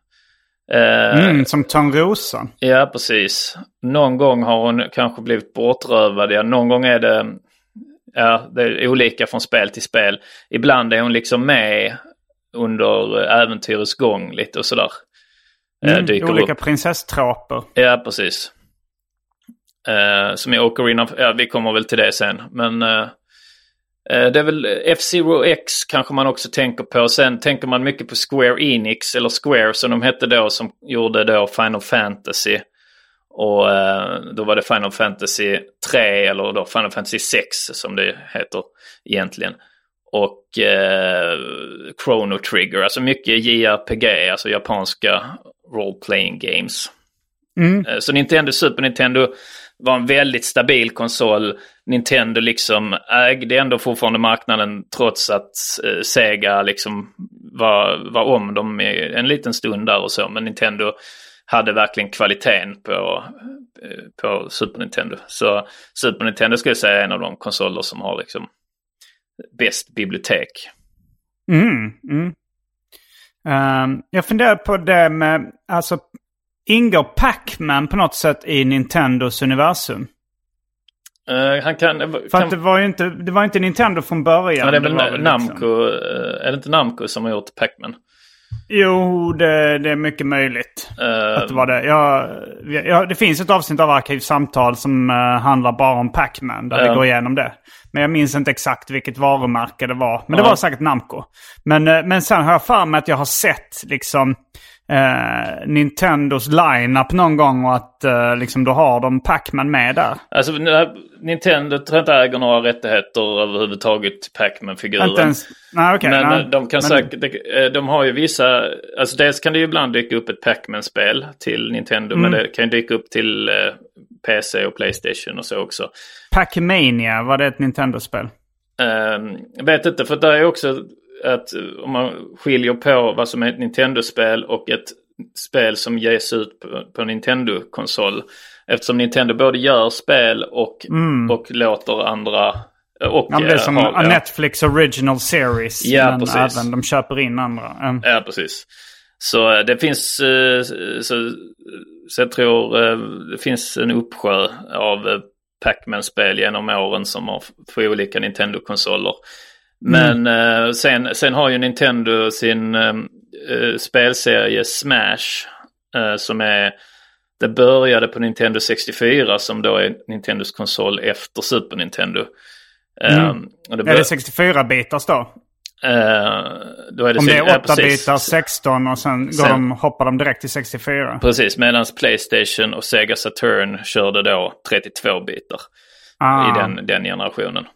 Eh, mm, som Törnrosa. Ja, precis. Någon gång har hon kanske blivit bortrövad. Ja, någon gång är det, ja, det är olika från spel till spel. Ibland är hon liksom med under äventyrets gång lite och sådär. Mm, eh, olika upp. Prinsesstraper. Ja, precis. Eh, som i Ocarina, ja, vi kommer väl till det sen. Men... Eh, det är väl F-Zero X kanske man också tänker på. Sen tänker man mycket på Square Enix, eller Square som de hette då, som gjorde då Final Fantasy. Och eh, då var det Final Fantasy tre eller då Final Fantasy sex som det heter egentligen. Och eh, Chrono Trigger, alltså mycket J R P G, alltså japanska role-playing games. Mm. Så Nintendo, Super Nintendo var en väldigt stabil konsol. Nintendo liksom ägde ändå fortfarande marknaden trots att eh, Sega liksom var, var om dem i en liten stund där och så. Men Nintendo hade verkligen kvaliteten på, eh, på Super Nintendo. Så Super Nintendo skulle jag säga är en av de konsoler som har liksom bäst bibliotek. Mm, mm. Um, jag funderar på det med, alltså ingår Pac-Man på något sätt i Nintendos universum? Uh, han kan, För kan... att det var ju inte, det var inte Nintendo från början. Ja, det är väl, det väl Namco, liksom. Är det inte Namco som har gjort Pac-Man? Jo, det, det är mycket möjligt uh... att det var det. Jag, jag, det finns ett avsnitt av Arkivsamtal som uh, handlar bara om Pac-Man, där uh... det går igenom det. Men jag minns inte exakt vilket varumärke det var. Men uh... det var säkert Namco. Men, uh, men sen har jag för mig att jag har sett liksom... Uh, Nintendos line-up någon gång och att uh, liksom då har de Pac-Man med där. Alltså Nintendo tror inte äger några rättigheter överhuvudtaget till Pac-Man-figuren. Inte ens... Nej, okay, men nej. de kan men... säkert, de har ju vissa, alltså dels kan det ju ibland dyka upp ett Pac-Man-spel till Nintendo, mm. men det kan ju dyka upp till uh, P C och PlayStation och så också. Pac-Mania, var det ett Nintendo-spel? Uh, jag vet inte, för det är också att om man skiljer på vad som är ett Nintendo-spel och ett spel som ges ut på, på Nintendo-konsol. Eftersom Nintendo både gör spel och, mm. och låter andra... Och, ja, det är som har, en ja. Netflix original series. Ja, men precis. Även de köper in andra. Mm. Ja, precis. Så det finns... Så, så jag tror det finns en uppsjö av Pac-Man-spel genom åren som har för olika Nintendo-konsoler. Men mm. eh, sen, sen har ju Nintendo sin eh, spelserie Smash eh, som är, det började på Nintendo sextiofyra som då är Nintendos konsol efter Super Nintendo. Mm. Um, och det bör... Är det sextiofyra-bitars då? Uh, då är det Om det är ja, åtta bitar, sexton och sen, sen går de, hoppar de direkt till sextiofyra. Precis, medan PlayStation och Sega Saturn körde då trettiotvå bitar ah. i den, den generationen.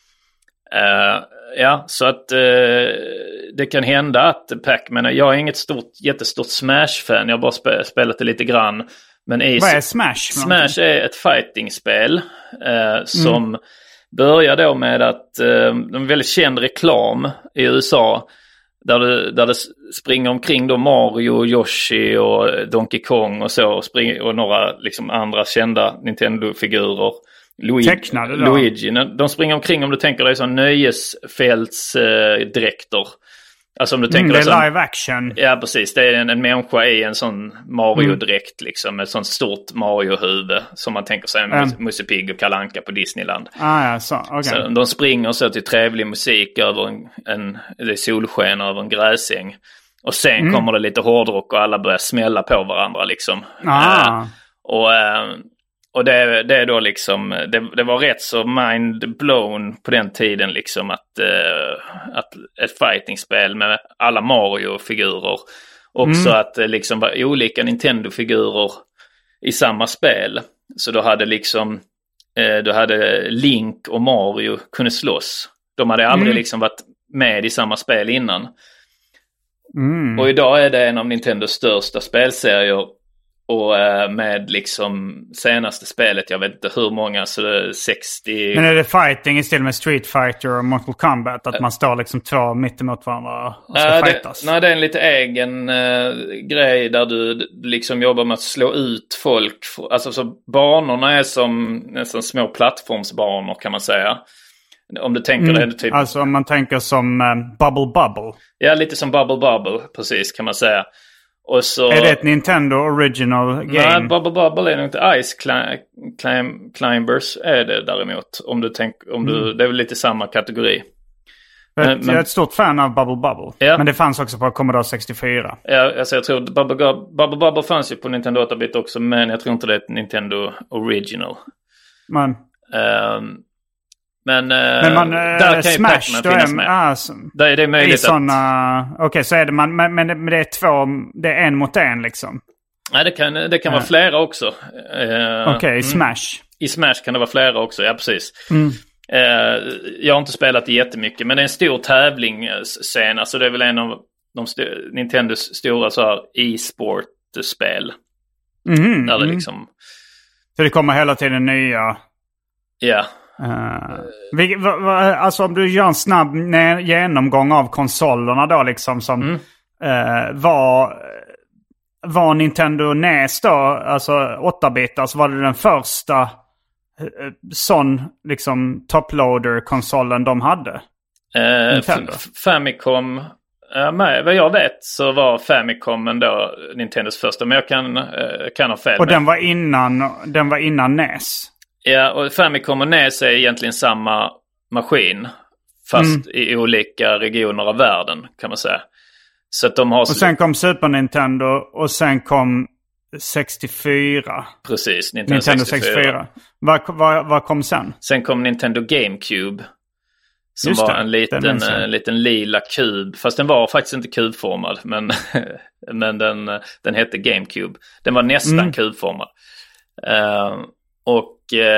Uh, ja, så att uh, det kan hända att Pac-Man, jag är inget stort, jättestort Smash-fan, jag har bara spe, spelat det lite grann. Men i, vad är Smash? Smash är ett fighting-spel uh, som mm. börjar då med att uh, en väldigt känd reklam i U S A där det, där det springer omkring då Mario, Yoshi och Donkey Kong och så och, spring, och några liksom andra kända Nintendo-figurer. Luigi, Tecknade då. Luigi. De springer omkring, om du tänker dig som nöjesfältsdräkter. Eh, alltså om du tänker mm, det är sån, live action. Ja, precis. Det är en, en människa i en sån Mario-dräkt mm. liksom. Ett sånt stort Mario-huvud som man tänker sig en mm. Musse Pigg och Kalle Anka på Disneyland. Ah, ja, så. Okay. Så de springer så till trevlig musik över en, en det är solsken över en gräsäng. Och sen mm. kommer det lite hårdrock och alla börjar smälla på varandra liksom. Ah. Eh, och... Eh, Och det, det är då liksom, det, det var rätt så mind-blown på den tiden liksom att, uh, att ett fighting-spel med alla Mario-figurer. Också mm. att det liksom var olika Nintendo-figurer i samma spel. Så då hade liksom, uh, då hade Link och Mario kunde slåss. De hade aldrig mm. liksom varit med i samma spel innan. Mm. Och idag är det en av Nintendos största spelserier. Och uh, med liksom senaste spelet, jag vet inte hur många, så det är sextio... Men är det fighting istället med Street Fighter och Mortal Kombat? Att uh, man står liksom två mitt emot varandra och ska uh, fightas? Det, nej, det är en lite egen uh, grej där du liksom jobbar med att slå ut folk. Alltså så banorna är som nästan små plattformsbanor kan man säga. Om du tänker mm, det typ... Alltså om man tänker som uh, Bubble Bubble. Ja, lite som Bubble Bubble, precis kan man säga. Och så, är det ett Nintendo original game? Nej, Bubble Bubble är det inte. Ice clim, clim, Climbers är det däremot. Om du tänker, om du, mm. det är väl lite samma kategori. Jag, men, jag är ett stort fan av Bubble Bubble. Ja. Men det fanns också på Commodore sextiofyra. Ja, alltså jag tror Bubble, Bubble Bubble fanns ju på Nintendo åtta-bit också. Men jag tror inte det är ett Nintendo original. Men... Um, Men, men man, där kan Smash, ju Pac-Man finnas med. Ah, så, där är det möjligt såna, att... Okej, okay, så är det man, men, men det är två, det är en mot en liksom. Nej, det kan, det kan vara flera också. Uh, Okej, okay, i Smash. Mm. I Smash kan det vara flera också, ja precis. Mm. Uh, jag har inte spelat det jättemycket, men det är en stor tävlingsscen. Alltså det är väl en av de st- Nintendos stora så här e-sport-spel. Mm. Där det liksom... Så det kommer hela tiden nya... Ja. Uh, vi, va, va, alltså om du gör en snabb ne- genomgång av konsolerna då liksom som mm. uh, var, var Nintendo N E S då, alltså åtta-bitar, så var det den första uh, sån liksom toploader-konsolen de hade. Uh, Nintendo. F- Famicom, uh, med, vad jag vet så var Famicom ändå Nintendos första, men jag kan, uh, kan ha fel. Och med. den var innan, den var innan N E S. Ja, och Famicom och N E S är egentligen samma maskin. Fast mm. i olika regioner av världen kan man säga. Så att de har... Och sen kom Super Nintendo och sen kom sextiofyra. Precis, Nintendo, Nintendo sextiofyra. sextiofyra. Vad, vad, vad kom sen? Sen kom Nintendo GameCube. Som Just var det, en liten, en liten lila kub. Fast den var faktiskt inte kubformad. Men, men den, den hette GameCube. Den var nästan mm. kubformad. Uh, Och,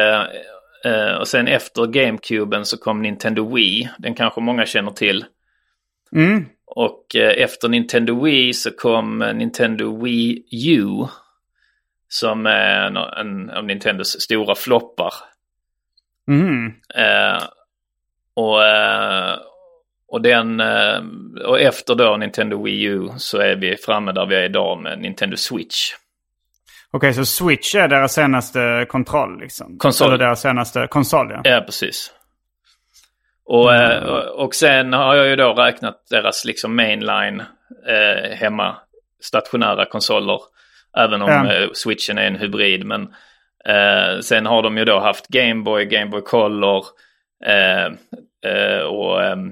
eh, och sen efter GameCuben så kom Nintendo Wii. Den kanske många känner till. Mm. Och eh, efter Nintendo Wii så kom Nintendo Wii U. Som är en, en av Nintendos stora floppar. Mm. Eh, och, eh, och, den, eh, och efter då Nintendo Wii U så är vi framme där vi är idag med Nintendo Switch. Okej, okay, så Switch är deras senaste kontroll liksom? Konsol. Eller deras senaste konsol, ja. Ja, precis. Och, mm. och, och sen har jag ju då räknat deras liksom mainline eh, hemma stationära konsoler. Även om mm. eh, Switchen är en hybrid. Men eh, sen har de ju då haft Game Boy, Game Boy Color eh, eh, och eh,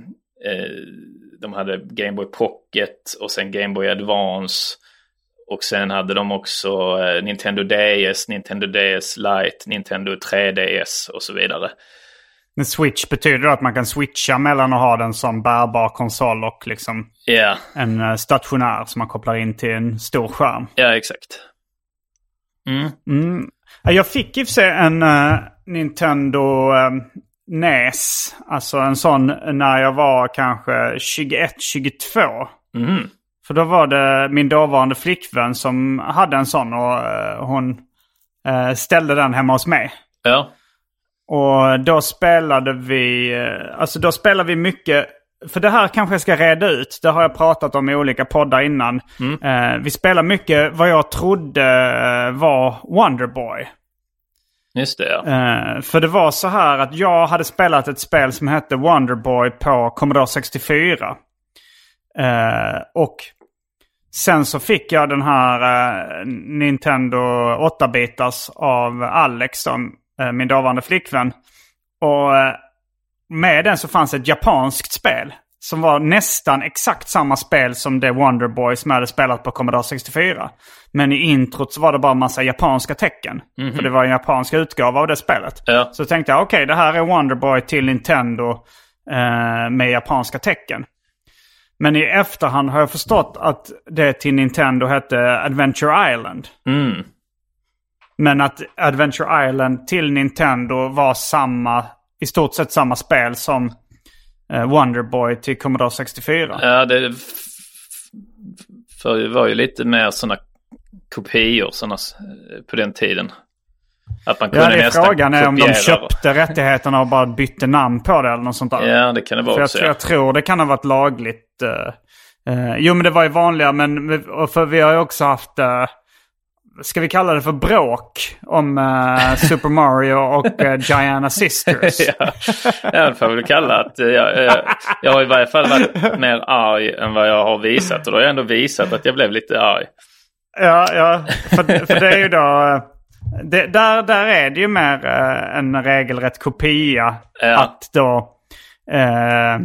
de hade Game Boy Pocket och sen Game Boy Advance. Och sen hade de också eh, Nintendo D S, Nintendo D S Lite, Nintendo tre D S och så vidare. En switch betyder att man kan switcha mellan att ha den som bärbar konsol och liksom yeah. en stationär som man kopplar in till en stor skärm. Ja, exakt. Mm. Mm. Jag fick i och för sig en uh, Nintendo um, N E S. Alltså en sån när jag var kanske tjugoett tjugotvå. Mm. För då var det min dåvarande flickvän som hade en sån och uh, hon uh, ställde den hemma hos mig. Ja. Och då spelade vi, alltså då spelade vi mycket, för det här kanske jag ska reda ut, det har jag pratat om i olika poddar innan. Mm. Eh, vi spelade mycket vad jag trodde var Wonderboy. Just det, ja. Eh, för det var så här att jag hade spelat ett spel som hette Wonderboy på Commodore sextiofyra. Eh, och sen så fick jag den här eh, Nintendo åtta-bitars av Alex som min dåvarande flickvän. Och med den så fanns ett japanskt spel som var nästan exakt samma spel som det Wonderboy som jag hade spelat på Commodore sextiofyra. Men i introt så var det bara en massa japanska tecken. Mm-hmm. För det var en japansk utgåva av det spelet. Ja. Så tänkte jag, okej, okay, det här är Wonderboy till Nintendo eh, med japanska tecken. Men i efterhand har jag förstått att det till Nintendo hette Adventure Island. Mm. Men att Adventure Island till Nintendo var samma, i stort sett samma spel som eh, Wonderboy till Commodore sextiofyra. Ja, det, för det var ju lite mer sådana kopior såna, på den tiden. Att man kunde ja, det är nästan frågan är om de kopiera. köpte rättigheterna och bara bytte namn på det eller något sånt där. Ja, det kan det vara för också. Jag, Ja. jag tror det kan ha varit lagligt. Uh, uh, jo, men det var ju vanliga, men för vi har ju också haft... Uh, ska vi kalla det för bråk om uh, Super Mario och uh, Giana Sisters? ja, ja, det får vi kalla att jag, jag, jag har i varje fall varit mer arg än vad jag har visat. Och då har jag ändå visat att jag blev lite arg. Ja, ja för, för det är ju då... Det, där, där är det ju mer uh, en regelrätt kopia. Ja. Att då... Uh,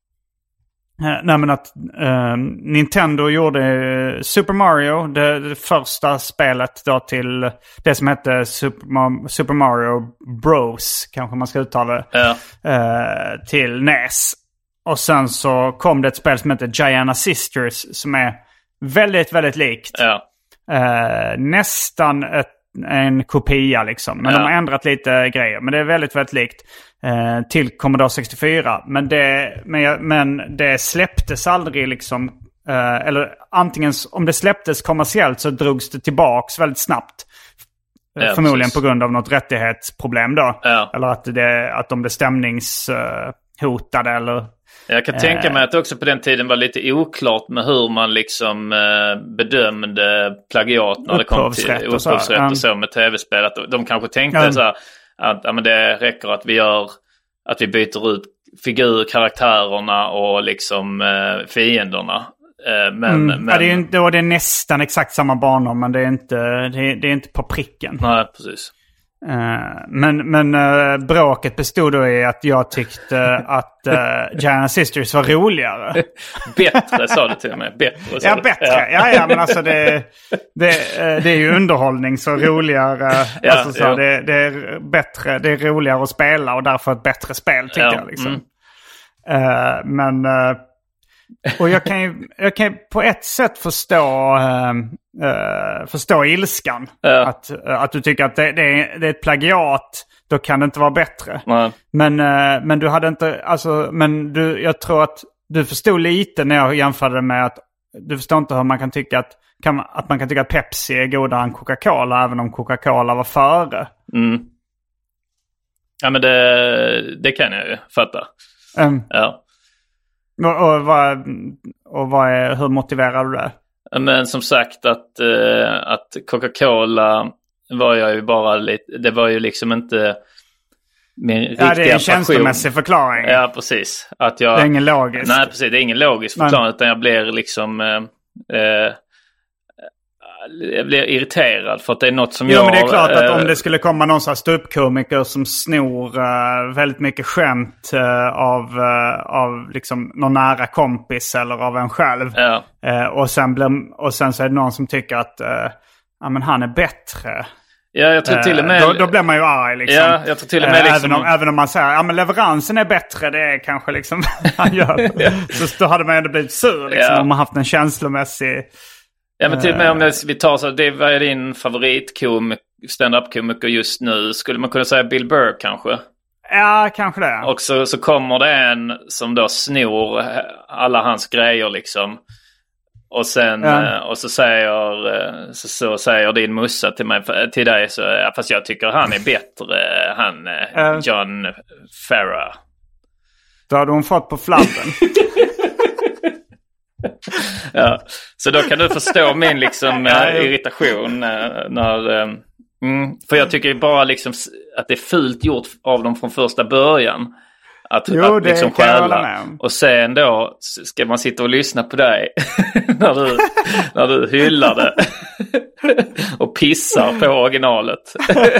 Nej, men att uh, Nintendo gjorde uh, Super Mario, det, det första spelet då till det som hette Super, Ma- Super Mario Bros, kanske man ska uttala det, Ja. uh, till N E S. Och sen så kom det ett spel som heter Giana Sisters som är väldigt, väldigt likt. Ja. Uh, nästan ett, en kopia liksom, men Ja. de har ändrat lite grejer. Men det är väldigt, väldigt likt. Eh, till Commodore sextiofyra. Men det, men, men det släpptes aldrig liksom. Eh, eller antingen om det släpptes kommersiellt så drogs det tillbaks väldigt snabbt. Ja, förmodligen precis. på grund av något rättighetsproblem då. Ja. Eller att, det, att de blev stämningshotade eller... Jag kan tänka mig att det också på den tiden var lite oklart med hur man liksom eh, bedömde plagiat när det kom till Upphovsrätt och så, upphovsrätt ja. och så med tv-spel. Att de kanske tänkte Ja. så här, att ja, men det räcker att vi gör att vi byter ut figur, karaktärerna och liksom eh, fienderna. Eh, men, Mm. men... Ja, det är, ju- då är det nästan exakt samma banor, men det är inte, det är, det är inte på pricken. Nej, precis. Uh, men men uh, bråket bestod då i att jag tyckte att uh, Giana Sisters var roligare. Bättre sa du till mig. Bättre sa Ja, du. bättre. Ja, ja, men alltså det, det, uh, det är ju underhållning, så roligare. Ja, alltså, så, ja. det, det är bättre, det är roligare att spela och därför ett bättre spel tyckte Ja, jag liksom. mm. Uh, men... Uh, och jag kan ju jag kan ju på ett sätt förstå uh, uh, förstå ilskan. Ja. Att, uh, att du tycker att det, det, är, det är ett plagiat, då kan det inte vara bättre. Nej. Men, uh, men du hade inte, alltså, men du, jag tror att du förstod lite när jag jämförde med att du förstår inte hur man kan tycka att, kan, att man kan tycka att Pepsi är godare än Coca-Cola även om Coca-Cola var före. Mm. Ja, men det, det kan jag ju fatta. Um, Ja. och, och, vad, och vad är, hur motiverar du det? Men som sagt att, eh, att Coca-Cola var jag ju bara lite, det var ju liksom inte min riktiga Ja, det är en passion. känslomässig förklaring. Ja, precis. Att jag, Det är ingen logisk. Nej, precis. Det är ingen logisk förklaring, utan jag blir liksom eh, eh, jag blir irriterad för att det är något som jo, jag... men det är klart att eh, om det skulle komma någon sån här ståuppkomiker som snor uh, väldigt mycket skämt uh, av, uh, av liksom någon nära kompis eller av en själv. Ja. Uh, och, sen blir, och sen så är det någon som tycker att uh, ja, men han är bättre. Ja, jag tror till och med... Då, då blir man ju arg liksom. Ja, jag tror till och med liksom... Även om, även om man säger, ja men leveransen är bättre, det är kanske liksom han gör. ja. Så då hade man ändå blivit sur liksom, ja. om man haft en känslomässig... Ja, men till och med om vi tar så, det vad är din favoritkomik, stand-up-komiker just nu? Skulle man kunna säga Bill Burr kanske? Ja, kanske det. Och så, så kommer det en som då snor alla hans grejer liksom. Och sen ja. och så säger så, så säger din mussa till mig till dig så ja, fast jag tycker han är bättre, han uh. John Farrar. Då hade hon fått på flabben. Ja, så då kan du förstå min liksom äh, irritation äh, när äh, mm, för jag tycker bara liksom att det är fult gjort av dem från första början att, jo, att liksom stjäla och sen då ska man sitta och lyssna på dig när du när du hyllar det och pissar på originalet.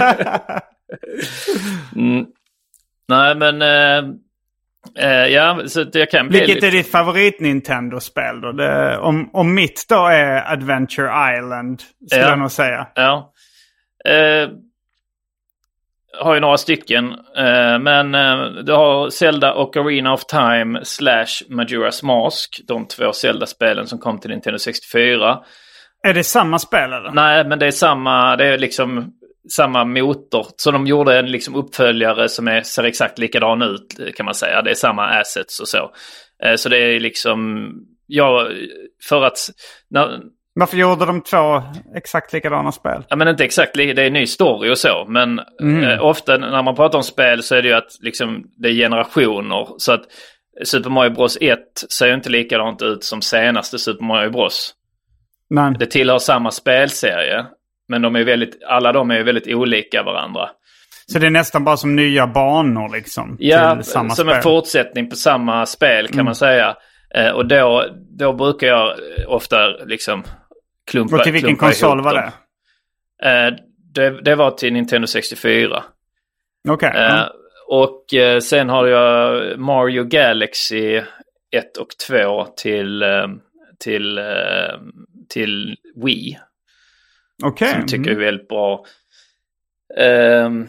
mm. Nej men äh, Uh, ja, så det kan bli Vilket lite... är ditt favorit Nintendo-spel då? Det, om, om mitt då är Adventure Island, skulle ja. jag nog säga. Ja. Uh, har ju några stycken. Uh, men uh, du har Zelda Ocarina of Time slash Majora's Mask. De två Zelda-spelen som kom till Nintendo sextiofyra. Är det samma spel eller? Nej, men det är samma... Det är liksom... samma motor. Så de gjorde en liksom uppföljare som är, ser exakt likadan ut kan man säga. Det är samma assets och så. Eh, så det är liksom... Ja, för att... När, varför gjorde de två exakt likadana spel? Ja, men inte exakt. Det är en ny story och så. Men mm. eh, ofta när man pratar om spel så är det ju att liksom, det är generationer. Så att Super Mario Bros ett ser ju inte likadant ut som senaste Super Mario Bros. Nej. Det tillhör samma spelserie. Men de är väldigt, alla de är ju väldigt olika varandra. Så det är nästan bara som nya banor liksom? Ja, till samma som spel. En fortsättning på samma spel kan mm. man säga. Eh, och då, då brukar jag ofta liksom klumpa och till vilken konsol var det? Eh, det? Det var till Nintendo sextiofyra. Okej. Okay. Eh, mm. Och eh, sen har jag Mario Galaxy ett och två till, eh, till, eh, till Wii. Okay. Som tycker är väldigt bra. Um...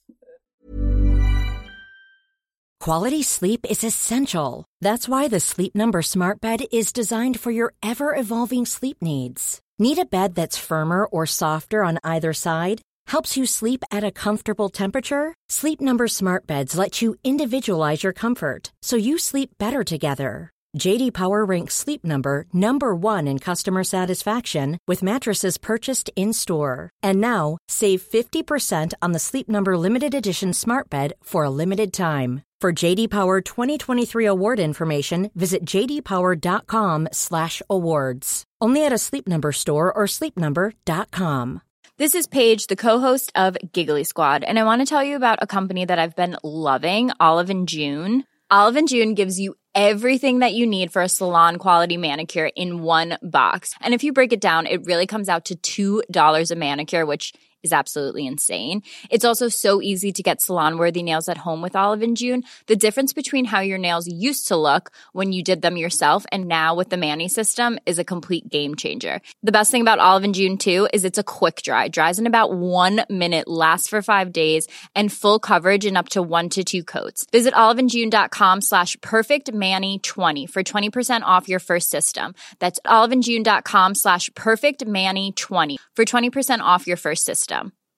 Quality sleep is essential. That's why the Sleep Number Smart Bed is designed for your ever-evolving sleep needs. Need a bed that's firmer or softer on either side? Helps you sleep at a comfortable temperature? Sleep Number Smart Beds let you individualize your comfort, so you sleep better together. J D Power ranks Sleep Number number one in customer satisfaction with mattresses purchased in-store. And now, save fifty percent on the Sleep Number Limited Edition Smart Bed for a limited time. For J D Power twenty twenty-three award information, visit j d power dot com slash awards. Only at a Sleep Number store or sleep number dot com. This is Paige, the co-host of Giggly Squad, and I want to tell you about a company that I've been loving, Olive and June. Olive and June gives you everything that you need for a salon quality manicure in one box. And if you break it down, it really comes out to two dollars a manicure, which is absolutely insane. It's also so easy to get salon-worthy nails at home with Olive and June. The difference between how your nails used to look when you did them yourself and now with the Mani system is a complete game changer. The best thing about Olive and June, too, is it's a quick dry. Dries in about one minute, lasts for five days, and full coverage in up to one to two coats. Visit oliveandjune.com slash perfectmani20 for twenty percent off your first system. That's oliveandjune.com slash perfectmani20 for twenty percent off your first system.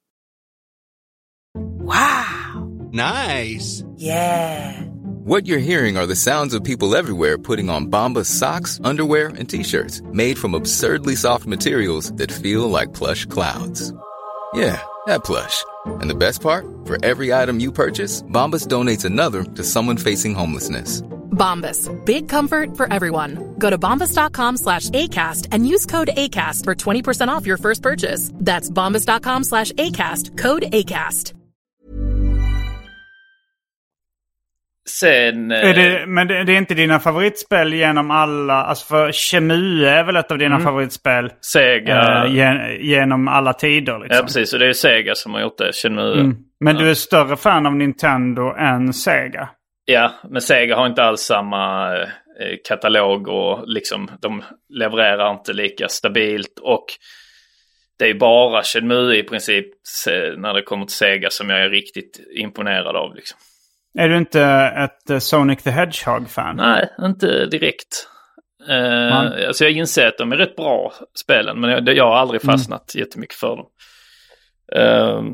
Wow. Nice. Yeah. What you're hearing are the sounds of people everywhere putting on Bombas socks, underwear, and T-shirts made from absurdly soft materials that feel like plush clouds. Yeah, that plush. And the best part? For every item you purchase, Bombas donates another to someone facing homelessness. Bombas. Big comfort for everyone. Go to bombas.com slash ACAST and use code ACAST for twenty percent off your first purchase. That's bombas.com slash ACAST. Code ACAST. Sen... Är det, men det, det är inte dina favoritspel genom alla... Alltså för Shenmue är väl ett av dina mm. favoritspel? Sega. Eh, gen, genom alla tider liksom. Ja, precis. Och det är Sega som har gjort det. Shenmue. Mm. Men ja. Du är större fan av Nintendo än Sega? Ja, men Sega har inte alls samma eh, katalog och liksom de levererar inte lika stabilt. Och det är bara Shenmue i princip när det kommer till Sega som jag är riktigt imponerad av. Liksom. Är du inte ett Sonic the Hedgehog-fan? Nej, inte direkt. Uh, alltså jag inser att de är rätt bra spelen, men jag, jag har aldrig fastnat mm. jättemycket för dem. Uh,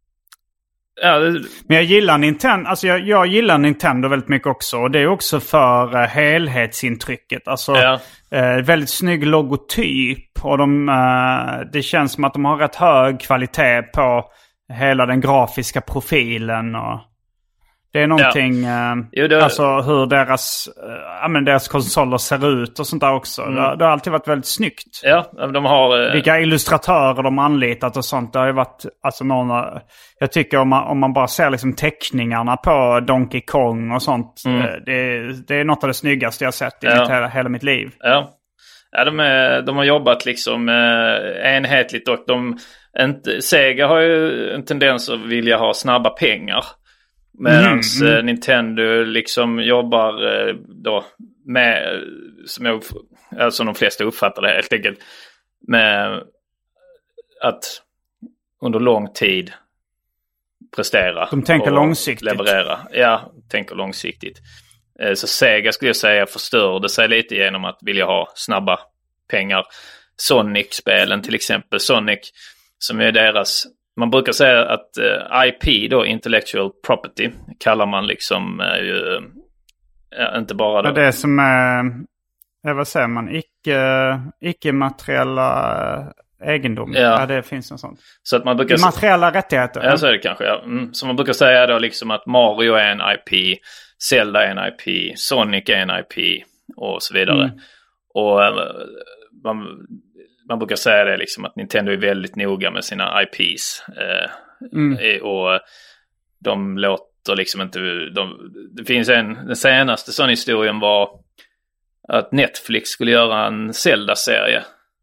ja, det... Men jag gillar Nintendo, alltså jag, jag gillar Nintendo väldigt mycket också. Och det är också för uh, helhetsintrycket. Alltså ja. uh, väldigt snygg logotyp. Och de, uh, det känns som att de har rätt hög kvalitet på hela den grafiska profilen och... Det är någonting, ja. eh, jo, det... alltså hur deras, eh, men deras konsoler ser ut och sånt där också. Mm. Det, det har alltid varit väldigt snyggt. Ja, de har... Eh... Vilka illustratörer de har anlitat och sånt. Det har ju varit, alltså några, jag tycker om man, om man bara ser liksom teckningarna på Donkey Kong och sånt. Mm. Eh, det, det är något av det snyggaste jag har sett i ja. mitt, hela, hela mitt liv. Ja, ja de, är, de har jobbat liksom eh, enhetligt och de, inte, Sega har ju en tendens att vilja ha snabba pengar. Medan mm, mm. Nintendo liksom jobbar eh, då med, som, jag, alltså de flesta uppfattar det helt enkelt, med att under lång tid prestera. De tänker och långsiktigt. Leverera. Ja, tänker långsiktigt. Eh, så Sega skulle jag säga förstörde sig lite genom att vilja ha snabba pengar. Sonic-spelen till exempel. Sonic som är deras... Man brukar säga att uh, I P då, intellectual property, kallar man liksom uh, uh, inte bara då. Det är det som är, uh, vad säger man, icke, icke-materiella egendom. Ja. Ja, det finns en sån. Så att man brukar materiella rättigheter. Ja, så är det kanske. Ja. Mm. Så man brukar säga då liksom att Mario är en I P, Zelda är en I P, Sonic är en I P och så vidare. Mm. Och uh, man... Man brukar säga det liksom att Nintendo är väldigt noga med sina I Ps. Eh, mm. Och de låter liksom inte... De, det finns en... Den senaste sån historien var att Netflix skulle göra en Zelda-serie.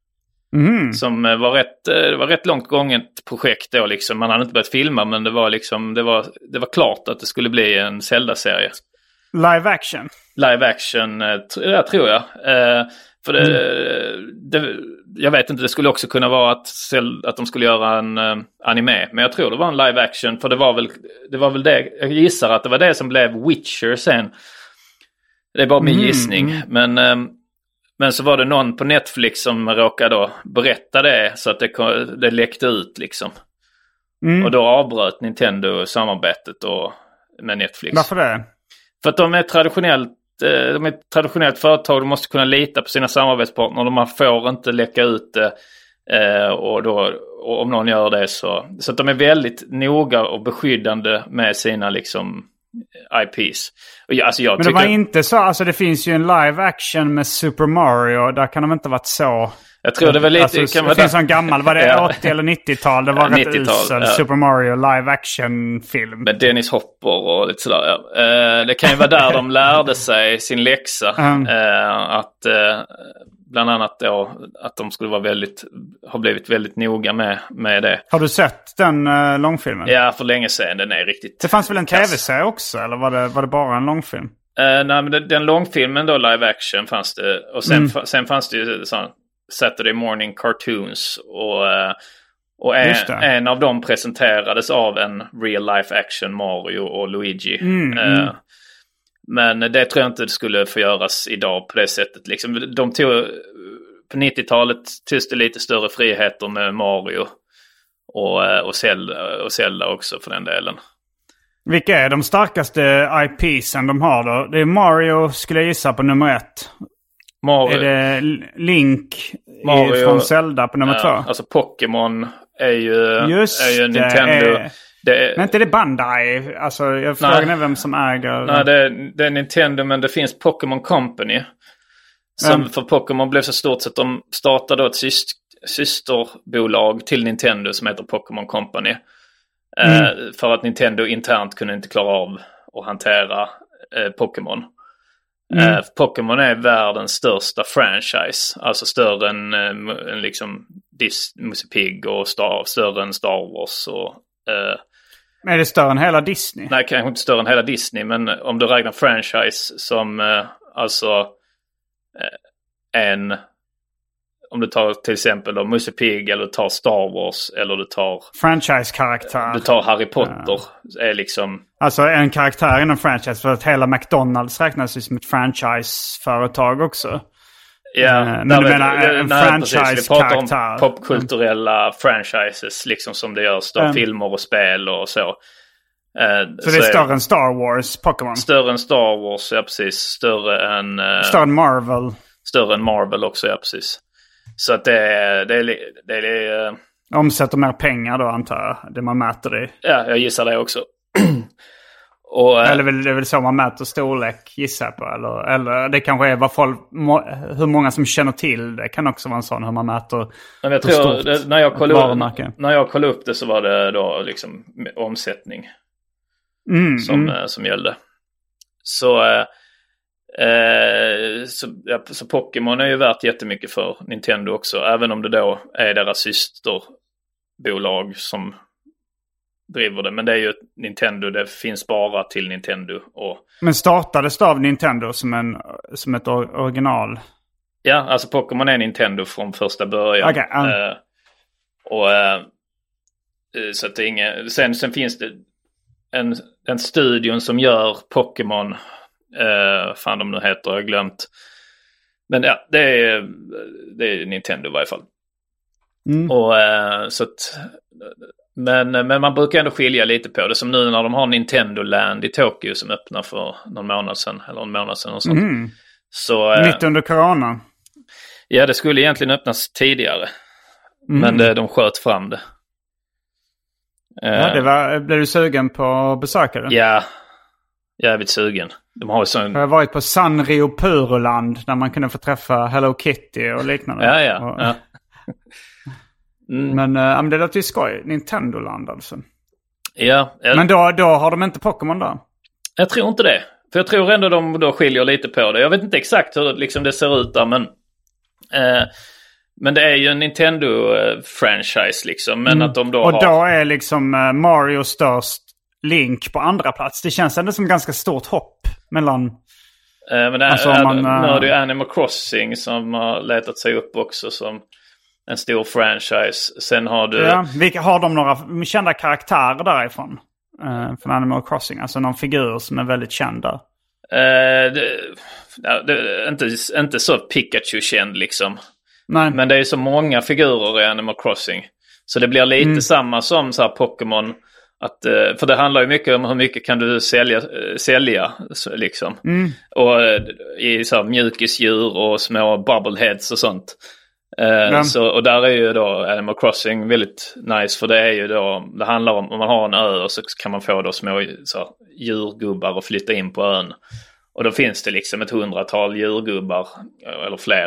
Mm. Som var rätt, det var rätt långt gånget projekt då liksom. Man hade inte börjat filma, men det var liksom... Det var, det var klart att det skulle bli en Zelda-serie. Live action? Live action, ja, tror jag. Eh, För det, mm. det, jag vet inte, det skulle också kunna vara att, att de skulle göra en uh, anime. Men jag tror det var en live action, för det var väl det, var väl det jag gissar att det var det som blev Witcher sen. Det är bara min mm. gissning. Men, um, men så var det någon på Netflix som råkade då berätta det så att det, det läckte ut liksom. Mm. Och då avbröt Nintendo samarbetet och, med Netflix. Varför det? För att de är traditionellt De är ett traditionellt företag, de måste kunna lita på sina samarbetspartner. De får inte läcka ut det. Eh, och, då, och om någon gör det så... Så att de är väldigt noga och beskyddande med sina liksom, I Ps. Och jag, alltså jag Men tycker... det var inte så... Alltså det finns ju en live action med Super Mario. Där kan de inte ha varit så... Jag tror det var lite... Alltså, kan det finns en gammal, var det ja. åttio- eller nittiotal? Det var ja, rätt usel ja. Super Mario live action-film. Med Dennis Hopper och lite sådär. Ja. Eh, det kan ju vara där de lärde sig sin läxa. Mm. Eh, att eh, bland annat då, att de skulle vara väldigt... Ha blivit väldigt noga med, med det. Har du sett den uh, långfilmen? Ja, för länge sedan. Den är riktigt... Det fanns väl en tv-serie också? Eller var det, var det bara en långfilm? Eh, nej, men den, den långfilmen då, live action, fanns det. Och sen, mm. sen fanns det ju sån Saturday Morning Cartoons och, och en, en av dem presenterades av en real life action Mario och Luigi. Mm, uh, mm. Men det tror jag inte det skulle få göras idag på det sättet. Liksom, de tog, på nittiotalet togs det lite större friheter med Mario och, och, Zelda, och Zelda också för den delen. Vilka är de starkaste I Psen de har då? Det är Mario skulle jag gissa på nummer ett. Mario. Är det Link Mario, från Zelda på nummer ja, två? Alltså Pokémon är ju, Just är ju Nintendo. Det är, det är, men inte det Bandai? Alltså jag frågar nej, vem som äger. Nej, det är, det är Nintendo, men det finns Pokémon Company. Som mm. för Pokémon blev så stort så att de startade ett syst, systerbolag till Nintendo som heter Pokémon Company. Mm. Eh, för att Nintendo internt kunde inte klara av att hantera eh, Pokémon. Mm. Uh, Pokémon är världens största franchise. Alltså större än, uh, än liksom Dis- Musse Pigg och Star, större än Star Wars. Och, uh, är det större än hela Disney? Nej, kanske inte större än hela Disney. Men om du räknar franchise som uh, alltså uh, en... om du tar till exempel då Musse Pigg eller du tar Star Wars eller du tar... Franchise-karaktär. Du tar Harry Potter. Ja. Är liksom... Alltså en karaktär inom franchise, för att hela McDonald's räknas ju som ett franchise-företag också. Ja, men du menar en franchise-karaktär. Vi pratar om popkulturella mm. franchises liksom som det görs då, mm. filmer och spel och så. Uh, så, så det är större än Star Wars, Pokémon? Större än Star Wars, ja precis. Större än... Uh, större än Marvel? Större än Marvel också, ja precis. Så att det är... Det är, det är, det är uh, omsätter mer pengar då, antar jag, det man mäter i. Ja, jag gissar det också. Och, uh, eller väl, det är väl så man mäter storlek, gissar jag på. Eller, eller det kanske är vad folk, må, hur många som känner till det. Kan också vara en sån hur man mäter. Men jag tror, det, när, jag kollade upp, när jag kollade upp det så var det då liksom omsättning. Mm, som, mm. som gällde. Så, eh, så, ja, så Pokémon är ju värt jättemycket för Nintendo också. Även om det då är deras systerbolag som driver det. Men det är ju Nintendo, det finns bara till Nintendo. Och... Men startades det av Nintendo som, en, som ett original? Ja, alltså Pokémon är Nintendo från första början. Okay, um... eh, och eh, så att det är inget... Sen, sen finns det En, en studion som gör Pokémon, eh, fan de nu heter, jag har glömt. Men ja, det är, det är Nintendo i varje fall. Mm. Och, eh, så att, men, men man brukar ändå skilja lite på det. Som nu när de har Nintendo Land i Tokyo som öppnar för någon månad sedan. Eller en månad sedan och sånt. Mm. Så, eh, mitt under corona. Ja, det skulle egentligen öppnas tidigare. Mm. Men det, de sköt fram det. Ja, det var, blev du sugen på att besöka det? Ja, jävligt sugen. De har ju sån... Jag har varit på Sanrio Puroland där man kunde få träffa Hello Kitty och liknande. Ja, ja. Och... ja. Mm. Men, äh, men det låter ju skoj. Nintendoland alltså. Ja. Jag... Men då, då har de inte Pokémon där? Jag tror inte det. För jag tror ändå de då skiljer lite på det. Jag vet inte exakt hur liksom det ser ut där, men... Eh... Men det är ju en Nintendo-franchise liksom. Men mm. att de då och har... då är liksom Mario störst, Link på andra plats. Det känns ändå som ganska stort hopp mellan... Eh, men det är, alltså, är, man, nu är det ju Animal Crossing som har letat sig upp också som en stor franchise. Sen har du... Ja, vilka, har de några kända karaktärer därifrån? Eh, från Animal Crossing? Alltså någon figur som är väldigt känd där? Eh, det, det är inte, inte så Pikachu-känd liksom. Nej. Men det är så många figurer i Animal Crossing. Så det blir lite mm. samma som så här Pokémon. Att, för det handlar ju mycket om hur mycket kan du sälja, sälja liksom. Mm. Och i så här mjukisdjur och små bubbleheads och sånt. Ja. Så, och där är ju då Animal Crossing väldigt nice. För det är ju då, det handlar om, om man har en ö och så kan man få då små så här, djurgubbar och flytta in på ön. Och då finns det liksom ett hundratal djurgubbar eller fler.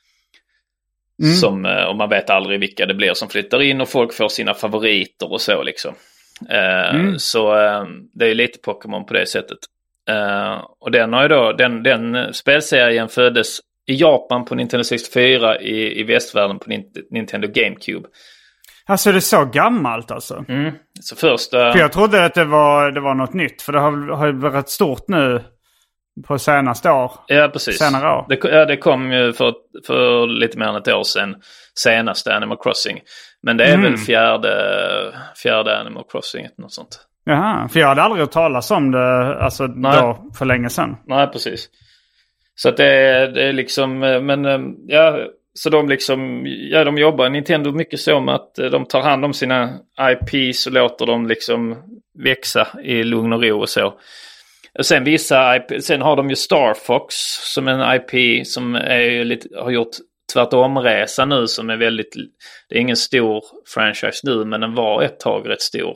Mm. Som, och man vet aldrig vilka det blir som flyttar in och folk får sina favoriter och så liksom. Uh, mm. Så uh, det är lite Pokémon på det sättet. Uh, och den har ju då, den, den spelserien föddes i Japan på Nintendo sextiofyra, i, i västvärlden på Nintendo GameCube. Alltså det är så gammalt alltså? Mm. Så första... För jag trodde att det var, det var något nytt, för det har, har ju varit stort nu. På senaste år. Ja, precis. Senare år. Det, ja, det kom ju för, för lite mer än ett år sedan. Senaste Animal Crossing. Men det är mm. väl fjärde, fjärde Animal Crossing. Något sånt. Jaha, för jag hade aldrig hört talas om det alltså, då, för länge sedan. Nej, precis. Så att det är, det är liksom... Men ja, så de liksom... Ja, de jobbar Nintendo mycket så med att de tar hand om sina I P:s och låter dem liksom växa i lugn och ro och så. Och sen vissa I P, sen har de ju Star Fox som en I P som är lite, har gjort tvärtomresa nu som är väldigt, det är ingen stor franchise nu men den var ett tag rätt stor.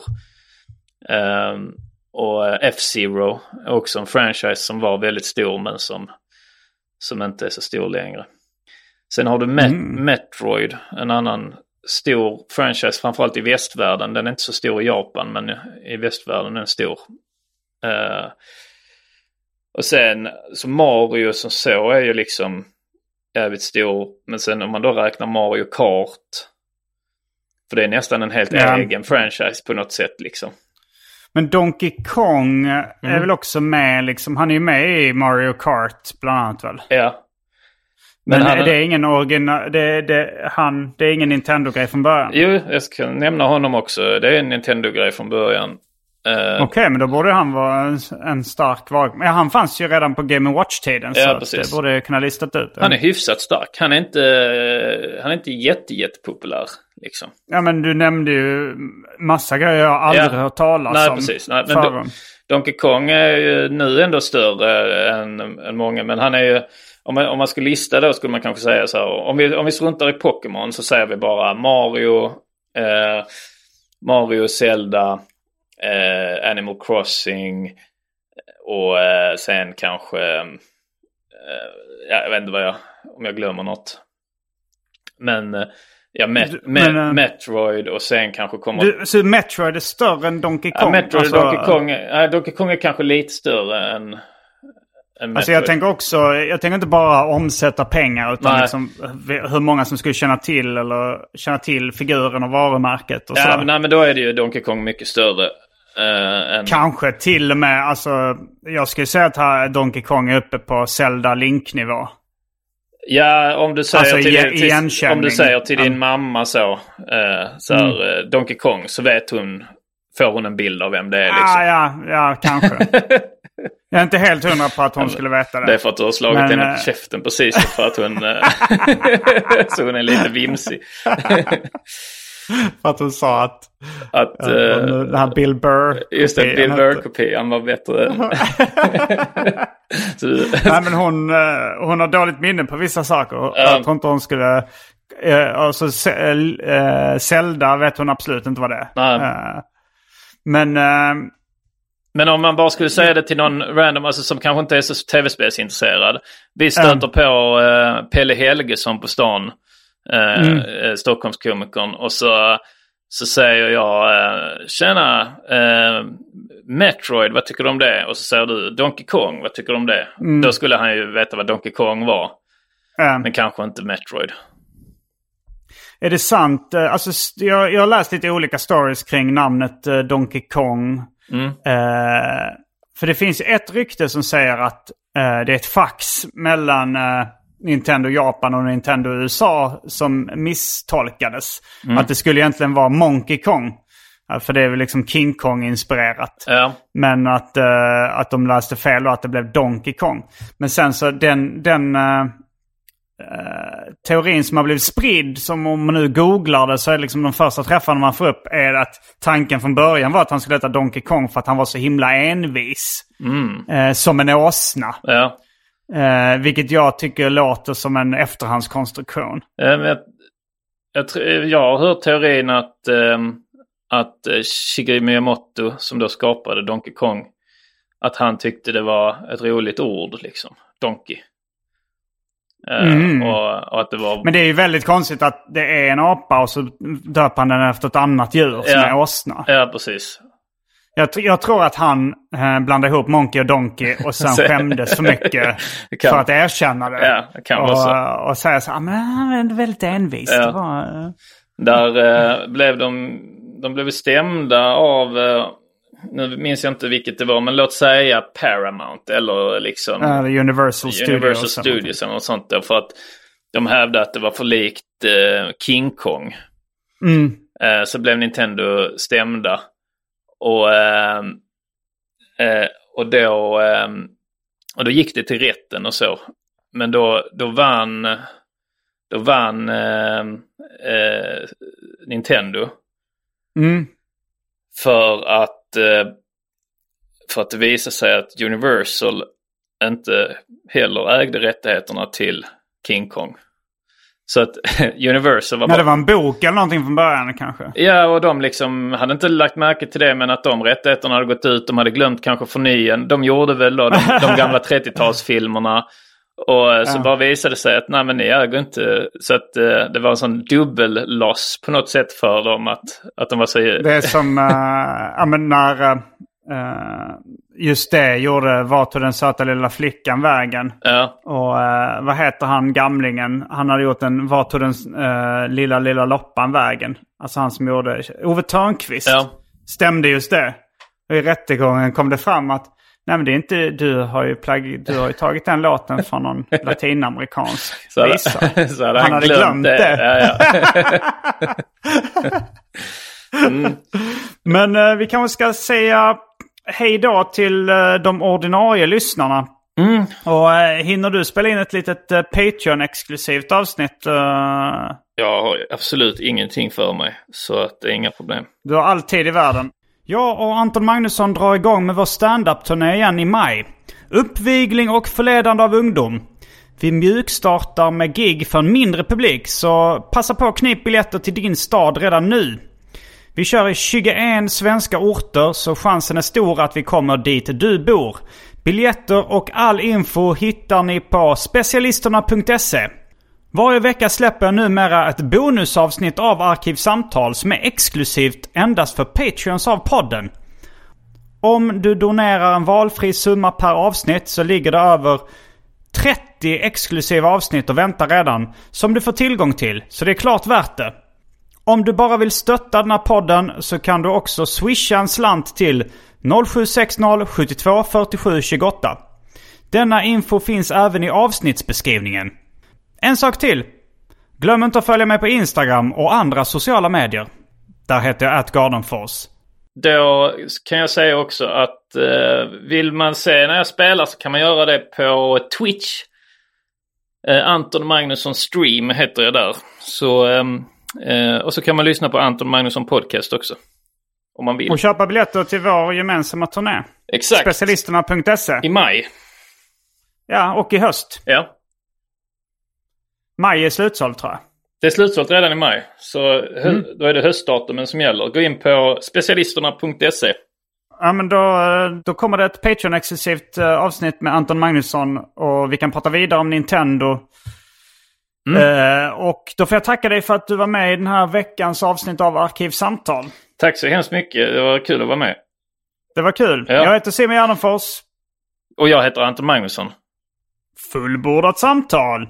Um, och F-Zero är också en franchise som var väldigt stor men som, som inte är så stor längre. Sen har du Met- mm. Metroid, en annan stor franchise framförallt i västvärlden. Den är inte så stor i Japan men i västvärlden är den stor. Uh, och sen så Mario som så är ju liksom jävligt stor, men sen om man då räknar Mario Kart, för det är nästan en helt ja. egen franchise på något sätt liksom. Men Donkey Kong mm. är väl också med liksom, han är ju med i Mario Kart bland annat väl? Ja. Men, Men han, det är ingen original, det, det, han, det är ingen Nintendo-grej från början? Jo, jag ska nämna honom också. Det är en Nintendo-grej från början. Uh, Okej, okay, men då borde han vara en, en stark varg. Men han fanns ju redan på Game and Watch-tiden. Ja, så precis. Det borde kunna listat ut. Han är hyfsat stark. Han är inte, han är inte jätte, jättepopulär. Liksom. Ja, men du nämnde ju massa grejer jag aldrig ja. hört talas Nej, om. Precis. Nej, precis. Don- Donkey Kong är ju nu ändå större än, än många. Men han är ju... Om man, om man skulle lista då skulle man kanske säga så här. Om vi, om vi struntar i Pokémon så säger vi bara Mario, eh, Mario, Zelda, eh, Animal Crossing och eh, sen kanske, eh, ja, jag vet inte vad jag, om jag glömmer något. Men, eh, ja, Met, du, Met, men, uh, Metroid och sen kanske kommer... Du, så Metroid är större än Donkey Kong? Ja, Metroid alltså, Donkey Kong, äh, Donkey Kong är kanske lite större än... Alltså jag tänker också, jag tänker inte bara omsätta pengar utan liksom hur många som skulle känna till eller känna till figuren och varumärket och ja, så. Men, nej, men då är det ju Donkey Kong mycket större. Uh, än... Kanske till och med, alltså jag skulle säga att här Donkey Kong är uppe på Zelda Link-nivå. Ja, om du säger alltså, till, i, till, i om du säger till din mm. mamma så, uh, så här, mm. Donkey Kong, så vet hon, får hon en bild av vem det är liksom. Ah, ja, ja, kanske. Jag är inte helt hundra på att hon skulle veta det. Det är för att du har slagit men, henne på käften precis för att hon så hon är lite vimsig. För att hon sa att, att ja, uh, den här Bill Burr just det, Bill Burr-kopian var bättre. du... Nej, men hon, hon har dåligt minne på vissa saker. Um, jag tror inte hon skulle... Uh, alltså, uh, Zelda vet hon absolut inte vad det är. Uh, men... Uh, Men om man bara skulle säga det till någon random, alltså som kanske inte är så tv-spelsintresserad. Vi stöter mm. på uh, Pelle Helgesson på stan, uh, mm. uh, Stockholmskomikern. Och så, så säger jag, uh, tjena, uh, Metroid, vad tycker du om det? Och så säger du, Donkey Kong, vad tycker du om det? Mm. Då skulle han ju veta vad Donkey Kong var. Mm. Men kanske inte Metroid. Är det sant? Alltså, jag, jag har läst lite olika stories kring namnet uh, Donkey Kong. Mm. Uh, för det finns ett rykte som säger att uh, det är ett fax mellan uh, Nintendo Japan och Nintendo U S A som misstolkades. Mm. Att det skulle egentligen vara Monkey Kong. Uh, för det är väl liksom King Kong-inspirerat. Ja. Men att, uh, att de läste fel och att det blev Donkey Kong. Men sen så den... den uh, Uh, teorin som har blivit spridd, som om man nu googlar det så är liksom de första träffarna man får upp är att tanken från början var att han skulle heta Donkey Kong för att han var så himla envis. Mm. Uh, som en åsna. Ja. Uh, vilket jag tycker låter som en efterhandskonstruktion. Uh, men jag, jag, jag har hört teorin att, um, att Shigeru Miyamoto, som då skapade Donkey Kong, att han tyckte det var ett roligt ord liksom. Donkey. Mm. Och, och att det var... Men det är ju väldigt konstigt att det är en apa och så döper han den efter ett annat djur som ja. är åsna. Ja, precis. Jag, jag tror att han eh, blandade ihop Monkey och Donkey och sen skämdes för mycket för att erkänna det. Ja, det kan och, vara så. Och säga så, men han är väldigt envis. Ja. Det var, eh. Där eh, blev de, de blev stämda av... Eh, nu minns jag inte vilket det var, men låt säga Paramount eller liksom uh, Universal Studios, Universal Studios eller något sånt där, för att de hävdade att det var för likt uh, King Kong. Mm. Uh, så blev Nintendo stämda och uh, uh, och då uh, och då gick det till rätten och så, men då då vann då vann uh, uh, Nintendo. Mm. För att för att det visar sig att Universal inte heller ägde rättigheterna till King Kong. Så att Universal var bara... Nej, det var en bok eller någonting från början kanske. Ja, och de liksom hade inte lagt märke till det, men att de rättigheterna hade gått ut. De hade glömt kanske förnyen. De gjorde väl då de, de gamla trettiotalsfilmerna. Och så ja. bara visade sig att nej, men ni äger inte. Så att uh, det var en sån dubbelloss på något sätt för dem att, att de var så... Det är som uh, ja, men när uh, just det gjorde Vart tog den söta lilla flickan vägen. Ja. Och uh, vad heter han gamlingen? Han hade gjort en Vart tog den uh, lilla lilla loppan vägen. Alltså han som gjorde Ove Törnqvist. Ja. Stämde just det. Och i rättegången kom det fram att Nej, men det är inte, du har ju, plagg, du har ju tagit den låten från någon latinamerikansk så visa. Så hade han, han hade glömt, glömt det. det. Ja, ja. mm. Men eh, vi kanske ska säga hej då till eh, de ordinarie lyssnarna. Mm. Och eh, hinner du spela in ett litet eh, Patreon-exklusivt avsnitt? Eh... Jag har absolut ingenting för mig, så att det är inga problem. Du har all tid i världen. Jag och Anton Magnusson drar igång med vår stand-up-turné igen i maj. Uppvigling och förledande av ungdom. Vi mjukstartar med gig för en mindre publik, så passa på att knip biljetter till din stad redan nu. Vi kör i tjugoen svenska orter, så chansen är stor att vi kommer dit du bor. Biljetter och all info hittar ni på specialisterna punkt se. Varje vecka släpper jag numera ett bonusavsnitt av Arkivsamtal som är exklusivt endast för Patreons av podden. Om du donerar en valfri summa per avsnitt så ligger det över trettio exklusiva avsnitt och väntar redan som du får tillgång till, så det är klart värt det. Om du bara vill stötta den här podden så kan du också swisha en slant till noll sju sex noll sju två fyra sju två åtta. Denna info finns även i avsnittsbeskrivningen. En sak till. Glöm inte att följa mig på Instagram och andra sociala medier. Där heter jag at Gardenfors. Då kan jag säga också att eh, vill man se när jag spelar så kan man göra det på Twitch. Eh, Anton Magnusson Stream heter jag där. Så, eh, och så kan man lyssna på Anton Magnusson Podcast också. Om man vill. Och köpa biljetter till vår gemensamma turné. Exakt. Specialisterna punkt se. I maj. Ja, och i höst. Ja. Maj är slutsålt, tror jag. Det är slutsålt redan i maj. Så hö- mm. då är det höstdatumen som gäller. Gå in på specialisterna punkt se. Ja, men då, då kommer det ett Patreon-exklusivt avsnitt med Anton Magnusson. Och vi kan prata vidare om Nintendo. Mm. Uh, och då får jag tacka dig för att du var med i den här veckans avsnitt av Arkivsamtal. Tack så hemskt mycket. Det var kul att vara med. Det var kul. Ja. Jag heter Simon Gärdenfors. Och jag heter Anton Magnusson. Fullbordat samtal.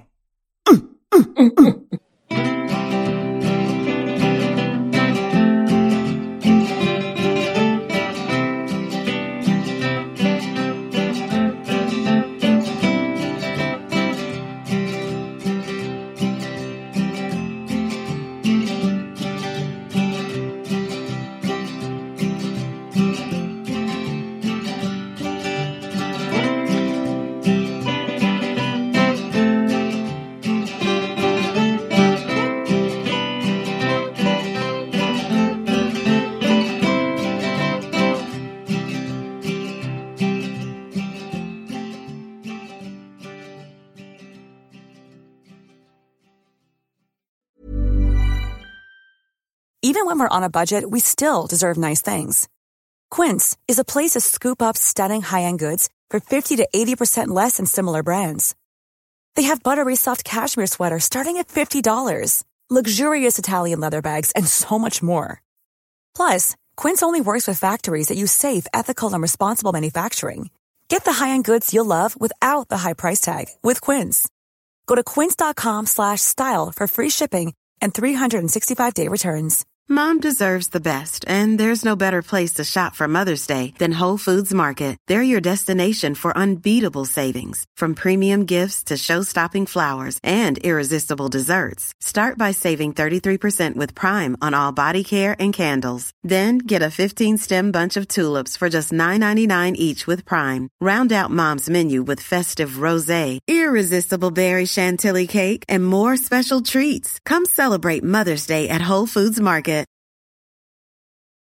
Even when we're on a budget, we still deserve nice things. Quince is a place to scoop up stunning high-end goods for fifty to eighty percent less than similar brands. They have buttery soft cashmere sweaters starting at fifty dollars, luxurious Italian leather bags, and so much more. Plus, Quince only works with factories that use safe, ethical, and responsible manufacturing. Get the high-end goods you'll love without the high price tag with Quince. Go to quince.com slash style for free shipping and three sixty-five day returns. Mom deserves the best, and there's no better place to shop for Mother's Day than Whole Foods Market. They're your destination for unbeatable savings, from premium gifts to show-stopping flowers and irresistible desserts. Start by saving thirty-three percent with Prime on all body care and candles. Then get a fifteen-stem bunch of tulips for just nine ninety-nine each with Prime. Round out Mom's menu with festive rosé, irresistible berry chantilly cake, and more special treats. Come celebrate Mother's Day at Whole Foods Market.